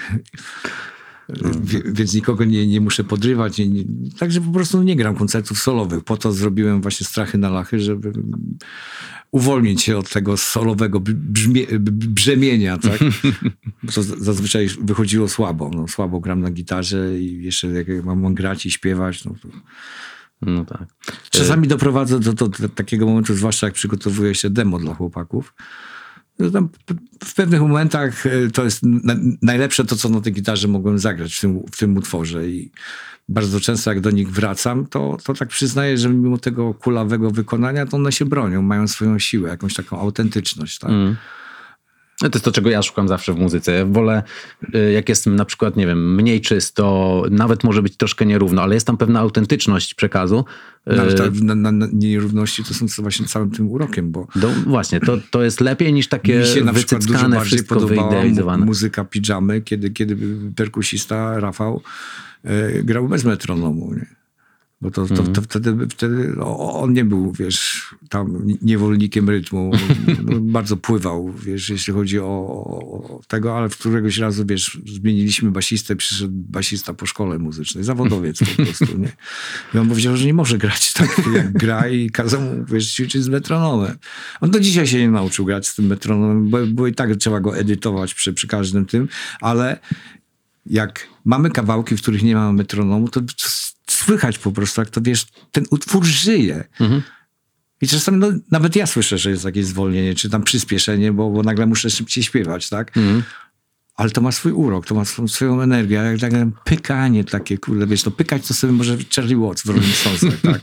Więc nikogo nie muszę podrywać. Także po prostu nie gram koncertów solowych. Po to zrobiłem właśnie Strachy na Lachy, żeby uwolnić się od tego solowego brzemienia. Tak? To zazwyczaj wychodziło słabo. No, słabo gram na gitarze i jeszcze jak mam grać i śpiewać, no to... No tak. Czasami doprowadzę do takiego momentu, zwłaszcza jak przygotowuję się demo dla chłopaków. No tam w pewnych momentach to jest najlepsze to, co na tej gitarze mogłem zagrać w tym utworze. I bardzo często jak do nich wracam, to tak przyznaję, że mimo tego kulawego wykonania, to one się bronią, mają swoją siłę, jakąś taką autentyczność. Tak? No to jest to, czego ja szukam zawsze w muzyce. Ja wolę, jak jest na przykład, nie wiem, mniej czysto, nawet może być troszkę nierówno, ale jest tam pewna autentyczność przekazu. No, ale na nierówności to są właśnie całym tym urokiem, bo... Właśnie, to jest lepiej niż takie mi się na przykład dużo bardziej podobała muzyka Pidżamy, kiedy perkusista Rafał grał bez metronomu, nie? Bo to wtedy on nie był, wiesz, tam niewolnikiem rytmu. No, bardzo pływał, wiesz, jeśli chodzi o tego, ale w któregoś razu, wiesz, zmieniliśmy basistę, przyszedł basista po szkole muzycznej, zawodowiec po prostu, nie? I on powiedział, że nie może grać tak, jak gra i kazał mu, wiesz, ćwiczyć z metronomem. On do dzisiaj się nie nauczył grać z tym metronomem, bo i tak trzeba go edytować przy każdym tym, ale jak mamy kawałki, w których nie mamy metronomu, to słychać po prostu, jak to, wiesz, ten utwór żyje. I czasami nawet ja słyszę, że jest jakieś zwolnienie, czy tam przyspieszenie, bo nagle muszę szybciej śpiewać, tak? Ale to ma swój urok, to ma swoją energię. Jak takie pykanie takie, kurde, wiesz, no pykać to sobie może Charlie Watts w Rolling Stonesach, tak?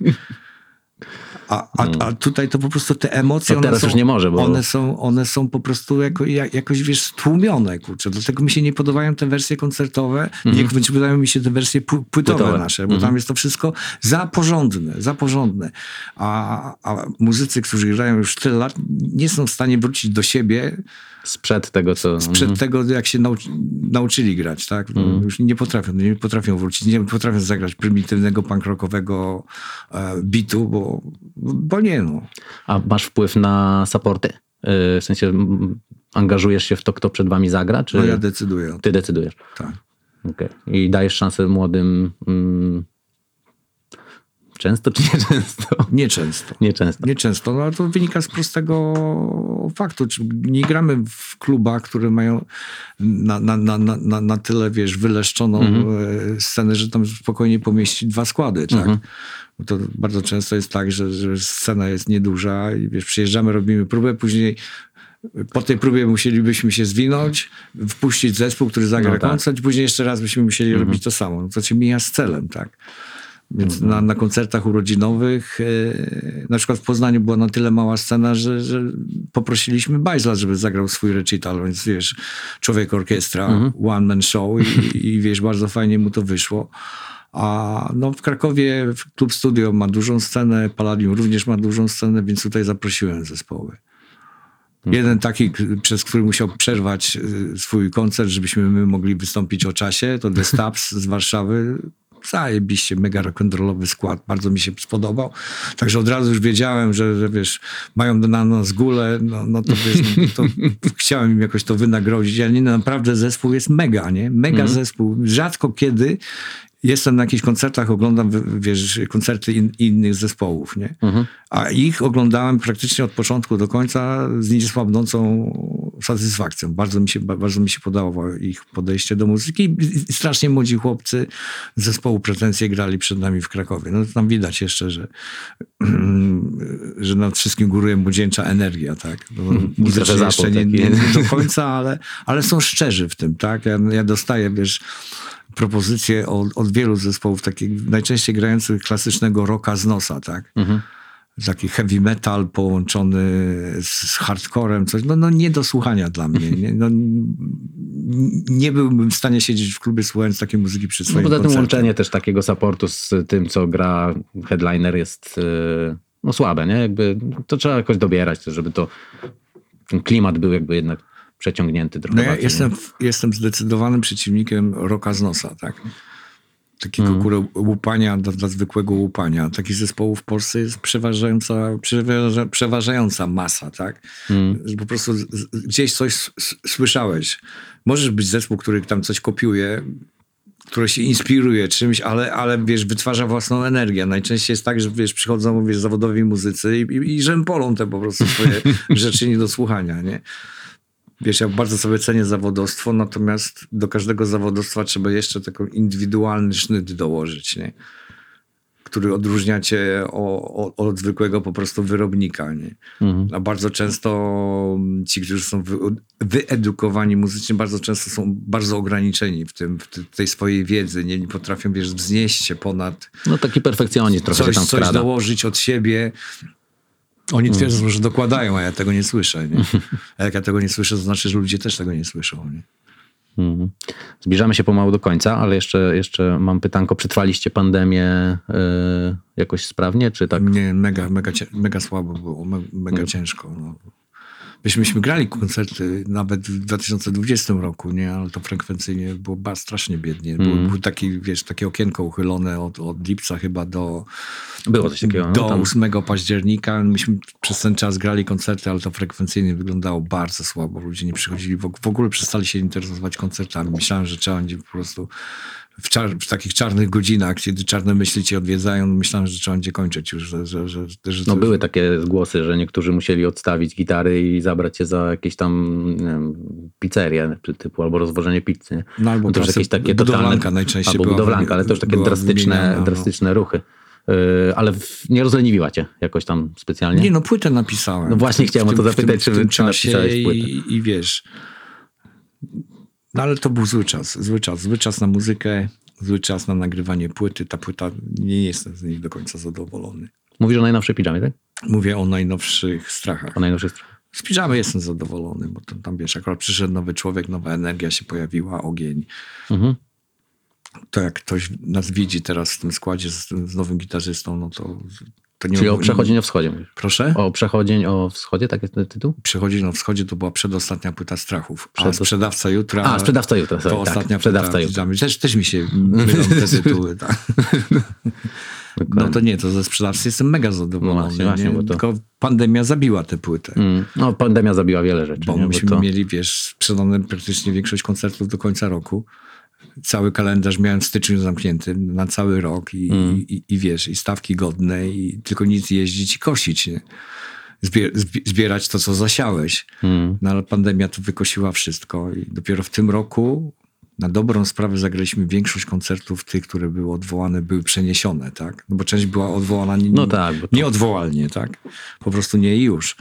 A tutaj to po prostu te emocje, to teraz już nie może, bo... one są po prostu jakoś, wiesz, stłumione, kurczę. Dlatego mi się nie podobają te wersje koncertowe, nie podobają mi się te wersje płytowe nasze, bo tam jest to wszystko za porządne. A muzycy, którzy grają już tyle lat, nie są w stanie wrócić do siebie sprzed tego, jak się nauczyli grać, tak? Już nie potrafią wrócić, nie potrafią zagrać prymitywnego punk rockowego bitu, bo nie, no. A masz wpływ na supporty? W sensie angażujesz się w to, kto przed wami zagra? Czy... No ja decyduję. Ty decydujesz? Tak. Okay. I dajesz szansę młodym... Często czy nieczęsto? Nieczęsto, no ale to wynika z prostego faktu. Nie gramy w klubach, które mają na tyle, wiesz, wyleszczoną scenę, że tam spokojnie pomieścić 2 składy, tak? Bo to bardzo często jest tak, że scena jest nieduża i wiesz, przyjeżdżamy, robimy próbę, później po tej próbie musielibyśmy się zwinąć, wpuścić zespół, który zagra koncert, później jeszcze raz byśmy musieli robić to samo. No to się mija z celem, tak? Więc na koncertach urodzinowych, na przykład w Poznaniu była na tyle mała scena, że poprosiliśmy Bajzla, żeby zagrał swój recital, więc wiesz, człowiek orkiestra, one man show i wiesz, bardzo fajnie mu to wyszło. A no w Krakowie Klub Studio ma dużą scenę, Palladium również ma dużą scenę, więc tutaj zaprosiłem zespoły. Jeden taki, przez który musiał przerwać swój koncert, żebyśmy my mogli wystąpić o czasie, to The Stabs z Warszawy. Zajebiście, mega rock'n'rollowy skład, bardzo mi się spodobał. Także od razu już wiedziałem, że wiesz, mają na nas gulę, no to wiesz, to chciałem im jakoś to wynagrodzić, ale nie, naprawdę zespół jest mega, nie? Mega zespół. Rzadko kiedy jestem na jakichś koncertach, oglądam, wiesz, koncerty innych zespołów, nie? A ich oglądałem praktycznie od początku do końca z niesłabnącą satysfakcją. Bardzo mi się podobało ich podejście do muzyki i strasznie młodzi chłopcy z zespołu Pretensje grali przed nami w Krakowie. No to tam widać jeszcze, że nad wszystkim góruje młodzieńcza energia, tak? Muzycznie jeszcze nie do końca, ale są szczerzy w tym, tak? Ja dostaję, wiesz, propozycje od wielu zespołów, takich najczęściej grających klasycznego rocka z nosa, tak? Taki heavy metal połączony z hardcorem, coś, no nie do słuchania dla mnie. Nie byłbym w stanie siedzieć w klubie słuchając takiej muzyki przy swoim koncercie. Poza tym koncercie. łączenie też takiego supportu z tym, co gra headliner jest słabe, nie? Jakby to trzeba jakoś dobierać, żeby ten klimat był jakby jednak przeciągnięty trochę. No ja jestem zdecydowanym przeciwnikiem rocka z nosa, tak? Takiego łupania dla zwykłego łupania. Takich zespołów w Polsce jest przeważająca masa, tak? Że po prostu gdzieś coś słyszałeś. Możesz być zespół, który tam coś kopiuje, który się inspiruje czymś, ale wiesz, wytwarza własną energię. Najczęściej jest tak, że wiesz, przychodzą, wiesz, zawodowi muzycy i rzępolą te po prostu swoje rzeczy nie do słuchania, nie? Wiesz, ja bardzo sobie cenię zawodowstwo, natomiast do każdego zawodowstwa trzeba jeszcze taki indywidualny sznyt dołożyć, nie? Który odróżnia cię od zwykłego po prostu wyrobnika, nie? A bardzo często ci, którzy są wyedukowani muzycznie, bardzo często są bardzo ograniczeni w tej swojej wiedzy, nie potrafią, wiesz, wznieść się ponad... No taki perfekcjonizm trochę się tam wkrada. Coś dołożyć od siebie. Oni twierdzą, że dokładają, a ja tego nie słyszę. Nie? A jak ja tego nie słyszę, to znaczy, że ludzie też tego nie słyszą. Nie? Zbliżamy się pomału do końca, ale jeszcze mam pytanko. Przetrwaliście pandemię jakoś sprawnie, czy tak? Nie, mega słabo było, mega ciężko. No. Myśmy grali koncerty nawet w 2020 roku, nie? Ale to frekwencyjnie było strasznie biednie. Było takie okienko uchylone od lipca chyba Było coś takiego. do 8 października. Myśmy przez ten czas grali koncerty, ale to frekwencyjnie wyglądało bardzo słabo. Ludzie nie przychodzili, w ogóle przestali się interesować koncertami. Myślałem, że trzeba będzie po prostu w takich czarnych godzinach, kiedy czarne myśli cię odwiedzają, myślałem, że trzeba będzie kończyć już. No były takie głosy, że niektórzy musieli odstawić gitary i zabrać się za jakieś tam, nie wiem, pizzerię typu albo rozwożenie pizzy. Nie? No albo to już jakieś takie budowlanka totalne, najczęściej albo była budowlanka, ale to już takie drastyczne ruchy. Ale nie rozleniwiła cię jakoś tam specjalnie? Nie, no płytę napisałem. No właśnie chciałem o to zapytać, czy napisałeś płytę. I wiesz, no ale to był zły czas na muzykę, zły czas na nagrywanie płyty. Ta płyta, nie jestem z niej do końca zadowolony. Mówisz o najnowszej pidżamie, tak? Mówię o najnowszych strachach. O najnowszych strachach. Z pidżamy jestem zadowolony, bo tam wiesz, akurat przyszedł nowy człowiek, nowa energia się pojawiła, ogień. To jak ktoś nas widzi teraz w tym składzie z nowym gitarzystą, no to nie... Czyli o Przechodzień o Wschodzie mówisz? Proszę? O Przechodzień o Wschodzie, tak jest ten tytuł? Przechodzień o Wschodzie to była przedostatnia płyta Strachów. A Sprzedawca Jutra... Sprzedawca Jutra. To ostatnia płyta. Sprzedawca Jutra. Też mi się mylą te tytuły. Tak. No to nie, to ze Sprzedawcy jestem mega zadowolony. No właśnie, bo to... Tylko pandemia zabiła tę płytę. No pandemia zabiła wiele rzeczy. Bo myśmy mieli, wiesz, sprzedane praktycznie większość koncertów do końca roku. Cały kalendarz miałem w styczniu zamknięty na cały rok i wiesz, i stawki godne i tylko nic jeździć i kosić, nie? Zbierać to, co zasiałeś. No ale pandemia to wykosiła wszystko i dopiero w tym roku na dobrą sprawę zagraliśmy większość koncertów tych, które były odwołane, były przeniesione, tak? No bo część była odwołana nieodwołalnie, tak? Po prostu nie i już.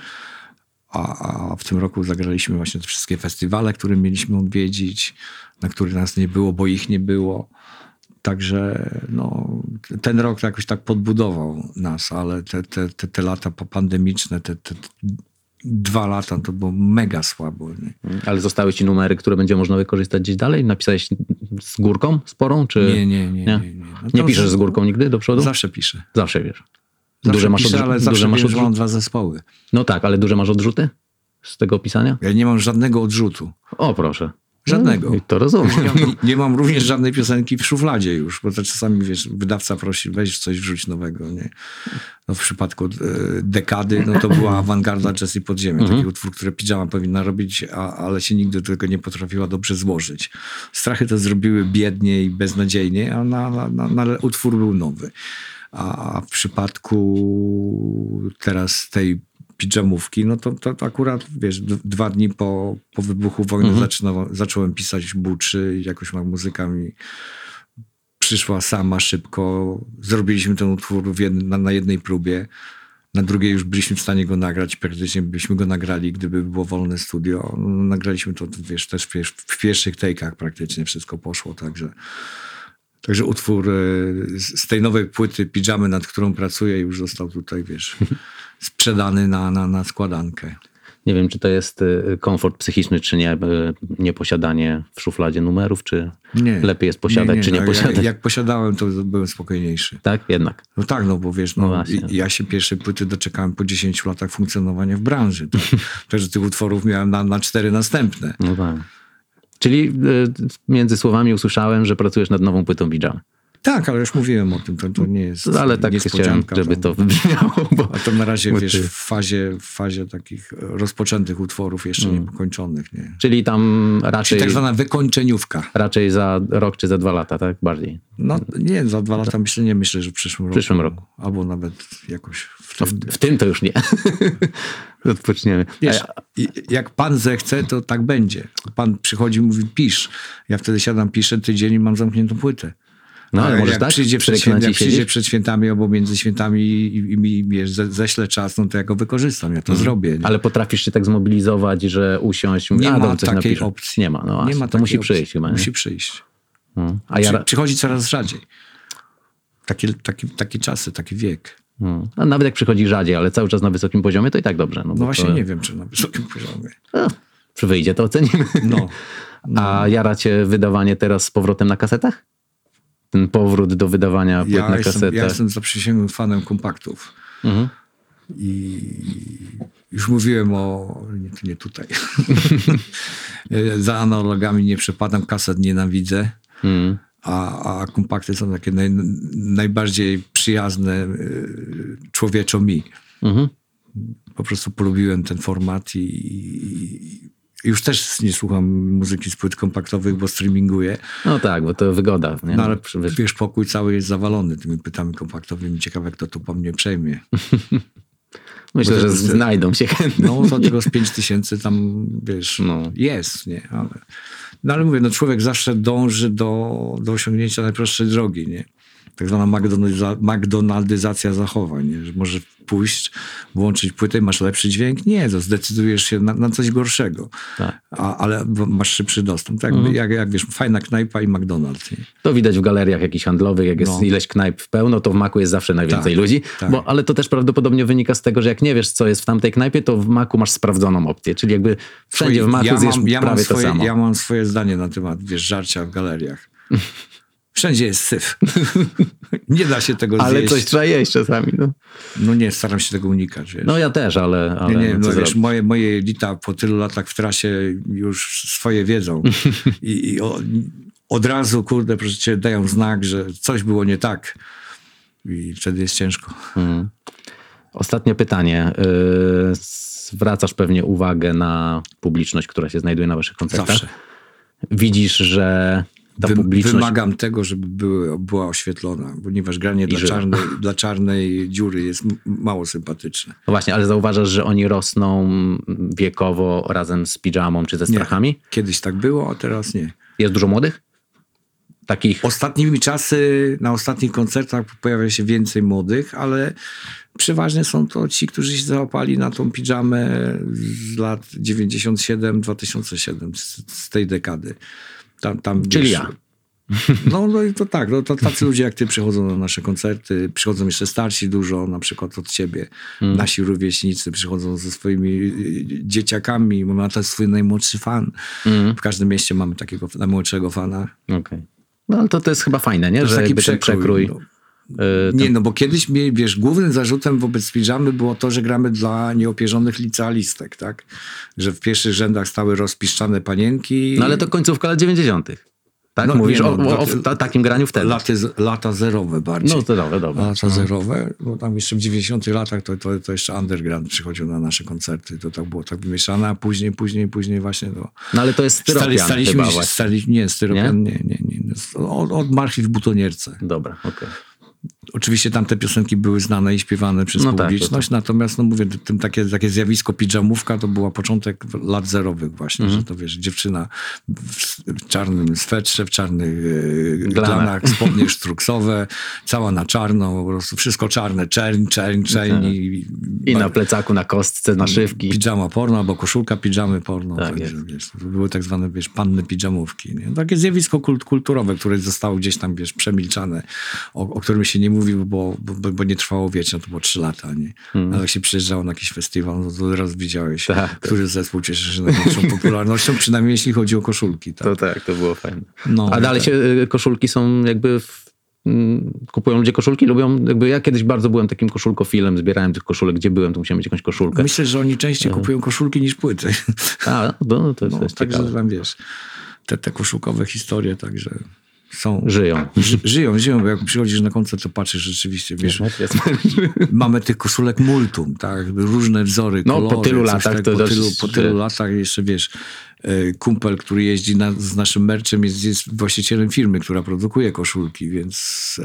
A w tym roku zagraliśmy właśnie te wszystkie festiwale, które mieliśmy odwiedzić, na których nas nie było, bo ich nie było. Także no, ten rok jakoś tak podbudował nas, ale te lata popandemiczne, te 2 lata to było mega słabo. Nie? Ale zostały ci numery, które będzie można wykorzystać gdzieś dalej? Napisałeś z górką sporą? Czy... Nie. No nie piszesz z górką nigdy do przodu? Zawsze piszę. Zawsze wiesz. Ale zawsze wiem, że mam 2 zespoły. No tak, ale duże masz odrzuty z tego pisania? Ja nie mam żadnego odrzutu. O, proszę. Żadnego. To rozumiem. Nie mam również żadnej piosenki w szufladzie już, bo to czasami, wiesz, wydawca prosi, weź coś wrzuć nowego, nie? No w przypadku Dekady, no to była awangarda Jazz i Podziemie. Taki utwór, który Pidżama powinna robić, ale się nigdy do tego nie potrafiła dobrze złożyć. Strachy to zrobiły biednie i beznadziejnie, a na utwór był nowy. A w przypadku teraz tej pidżamówki, no to akurat, wiesz, 2 dni po wybuchu wojny zacząłem pisać buczy i jakoś muzyka mi przyszła sama szybko. Zrobiliśmy ten utwór na jednej próbie. Na drugiej już byliśmy w stanie go nagrać. Praktycznie byśmy go nagrali, gdyby było wolne studio. Nagraliśmy to, wiesz, też w pierwszych take'ach praktycznie wszystko poszło, Także utwór z tej nowej płyty Pidżamy, nad którą pracuję, już został tutaj, wiesz, sprzedany na składankę. Nie wiem, czy to jest komfort psychiczny, czy nie, nieposiadanie w szufladzie numerów, czy lepiej jest posiadać, czy nie posiadać? Jak posiadałem, to byłem spokojniejszy. Tak? Jednak. No tak, no bo wiesz, ja się pierwszej płyty doczekałem po 10 latach funkcjonowania w branży. Tak? Także tych utworów miałem na 4 następne. No tak. Czyli między słowami usłyszałem, że pracujesz nad nową płytą Pidżamy. Tak, ale już mówiłem o tym, to nie jest ale tak chciałem, żeby to wybrzmiało. A to na razie, wiesz, w fazie takich rozpoczętych utworów, jeszcze niepokończonych. Nie? Czyli tam raczej... Czyli tak zwana wykończeniówka. Raczej za rok czy za 2 lata, tak? Bardziej. No nie, za 2 lata myślę, że w przyszłym roku. Albo nawet jakoś w tym to już nie. Odpoczniemy. Wiesz, jak pan zechce, to tak będzie. Pan przychodzi i mówi, pisz. Ja wtedy siadam, piszę tydzień i mam zamkniętą płytę. No, ale jak przyjdzie przed świętami albo między świętami i mi, wiesz, ześlę czas, no to ja go wykorzystam, ja to zrobię. Nie? Ale potrafisz się tak zmobilizować, że usiąść? Nie ma coś takiej napiszę. opcji. Nie ma, no nie ma to musi opcji. przyjść chyba. Nie? Musi przyjść. A przychodzi coraz rzadziej. Takie czasy, taki wiek. A nawet jak przychodzi rzadziej, ale cały czas na wysokim poziomie, to i tak dobrze. No właśnie nie wiem, czy na wysokim poziomie. Czy wyjdzie, to ocenimy. No. A jara cię wydawanie teraz z powrotem na kasetach? Ten powrót do wydawania płyt na kasetach. Ja jestem zaprzysięgłym fanem kompaktów. I Już mówiłem nie tutaj. Za analogami nie przepadam, kaset nienawidzę. A kompakty są takie najbardziej przyjazne człowieczo mi. Po prostu polubiłem ten format i już też nie słucham muzyki z płyt kompaktowych, bo streaminguję. No tak, bo to wygoda. Nie? No ale wiesz, pokój cały jest zawalony tymi płytami kompaktowymi. Ciekawe, kto to po mnie przejmie. Myślę, że znajdą się chętni. No to tego z 5000 tam, wiesz, jest, nie? Ale mówię, człowiek zawsze dąży do osiągnięcia najprostszej drogi, nie? Tak zwana McDonaldyzacja zachowań, nie? Że może pójść, włączyć płytę i masz lepszy dźwięk? Nie, to zdecydujesz się na coś gorszego. Tak. Ale masz szybszy dostęp. Tak? Jak wiesz, fajna knajpa i McDonald's. Nie? To widać w galeriach jakichś handlowych, jak jest ileś knajp w pełno, to w Macu jest zawsze najwięcej ludzi. Tak. Ale to też prawdopodobnie wynika z tego, że jak nie wiesz, co jest w tamtej knajpie, to w Macu masz sprawdzoną opcję. Czyli jakby wszędzie w Macu zjesz prawie to samo. Ja mam swoje zdanie na temat, wiesz, żarcia w galeriach. Wszędzie jest syf. Nie da się tego zjeść. Ale coś trzeba jeść czasami. No nie, staram się tego unikać. Wiesz. No ja też, ale nie, wiesz, moje elita po tylu latach w trasie już swoje wiedzą. I od razu, kurde, proszę cię, dają znak, że coś było nie tak. I wtedy jest ciężko. Ostatnie pytanie. Zwracasz pewnie uwagę na publiczność, która się znajduje na waszych koncertach. Zawsze. Widzisz, że ta publiczność... Wymagam tego, żeby była oświetlona, ponieważ granie dla czarnej dziury jest mało sympatyczne. No właśnie, ale zauważasz, że oni rosną wiekowo razem z pidżamą czy ze strachami? Nie. Kiedyś tak było, a teraz nie. Jest dużo młodych? Takich... Ostatnimi czasy, na ostatnich koncertach pojawia się więcej młodych, ale przeważnie są to ci, którzy się załapali na tą pidżamę z lat 97-2007, z tej dekady. Tam, czyli wiesz, ja. No i to tak, to tacy ludzie jak ty przychodzą na nasze koncerty, przychodzą jeszcze starsi dużo, na przykład od ciebie. Nasi rówieśnicy przychodzą ze swoimi dzieciakami, mamy też swój najmłodszy fan. W każdym mieście mamy takiego najmłodszego fana. Okay. No ale to jest chyba fajne, nie? To że taki przekrój. Nie, no bo kiedyś, wiesz, głównym zarzutem wobec pidżamy było to, że gramy dla nieopierzonych licealistek, tak? Że w pierwszych rzędach stały rozpiszczane panienki. No ale to końcówka lat 90. Tak? No, mówisz o takim graniu wtedy. Lata zerowe bardziej. No zerowe, dobra. Lata zerowe, bo tam jeszcze w 90 latach to jeszcze underground przychodził na nasze koncerty. To tak było tak wymieszane, a później właśnie to... No ale to jest styropian chyba właśnie. Nie, styropian nie. Od marchwi w butonierce. Dobra, okej. Oczywiście tamte piosenki były znane i śpiewane przez publiczność, tak. Natomiast mówię, takie zjawisko pidżamówka to była początek lat zerowych właśnie, że to wiesz, dziewczyna w czarnym swetrze, w czarnych glanach, spodnie sztruksowe, cała na czarno, po prostu wszystko czarne, czerń. I na plecaku, na kostce, naszywki. Pidżama porno albo koszulka pidżamy porno. Tak wiesz, to były tak zwane, wiesz, panny pidżamówki. Nie? Takie zjawisko kulturowe, które zostało gdzieś tam, wiesz, przemilczane, o którym się nie mówił, bo nie trwało wiecznie, to było 3 lata, nie? Ale jak się przyjeżdżało na jakiś festiwal, no to od razu widziałeś, który zespół cieszy się największą popularnością, przynajmniej jeśli chodzi o koszulki. Tak? To było fajne. A dalej się koszulki są jakby... Kupują ludzie koszulki, lubią, jakby ja kiedyś bardzo byłem takim koszulkofilem, zbierałem tych koszulek, gdzie byłem, to musiałem mieć jakąś koszulkę. Myślę, że oni częściej kupują koszulki niż płyty. To jest także ciekawe. tam wiesz, te koszulkowe historie, także są... Żyją, bo jak przychodzisz na koncert, to patrzysz rzeczywiście, wiesz, mamy tych koszulek multum, tak, różne wzory, kolory. Po tylu latach po tylu latach jeszcze, wiesz, kumpel, który jeździ z naszym merchem, jest właścicielem firmy, która produkuje koszulki, więc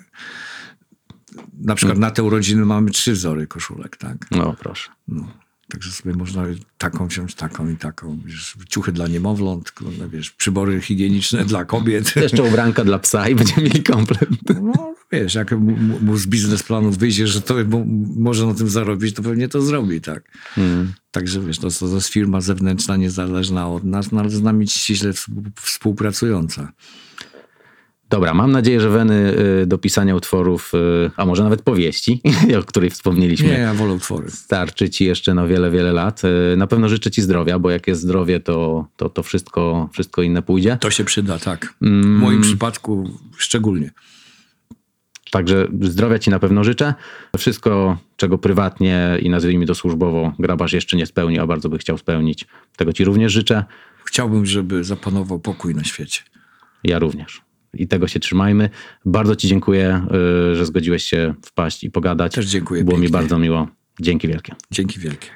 na przykład na te urodziny mamy 3 wzory koszulek, tak? No, proszę. Także sobie można taką wziąć, taką i taką. Wiesz, ciuchy dla niemowląt, wiesz, przybory higieniczne dla kobiet. Jeszcze ubranka dla psa i będziemy mieli komplet. No wiesz, jak mu z biznesplanów wyjdzie, że to może na tym zarobić, to pewnie to zrobi, tak. Także wiesz, to jest firma zewnętrzna, niezależna od nas, no ale z nami ściśle współpracująca. Dobra, mam nadzieję, że weny do pisania utworów, a może nawet powieści, o której wspomnieliśmy. Nie, ja wolę utwory. Starczy ci jeszcze na wiele, wiele lat. Na pewno życzę ci zdrowia, bo jak jest zdrowie, to wszystko inne pójdzie. To się przyda, tak. W moim przypadku szczególnie. Także zdrowia ci na pewno życzę. Wszystko, czego prywatnie i nazwijmy to służbowo Grabarz jeszcze nie spełnił, a bardzo by chciał spełnić, tego ci również życzę. Chciałbym, żeby zapanował pokój na świecie. Ja również. I tego się trzymajmy. Bardzo ci dziękuję, że zgodziłeś się wpaść i pogadać. Też dziękuję Było mi pięknie. bardzo miło. Dzięki wielkie. Dzięki wielkie.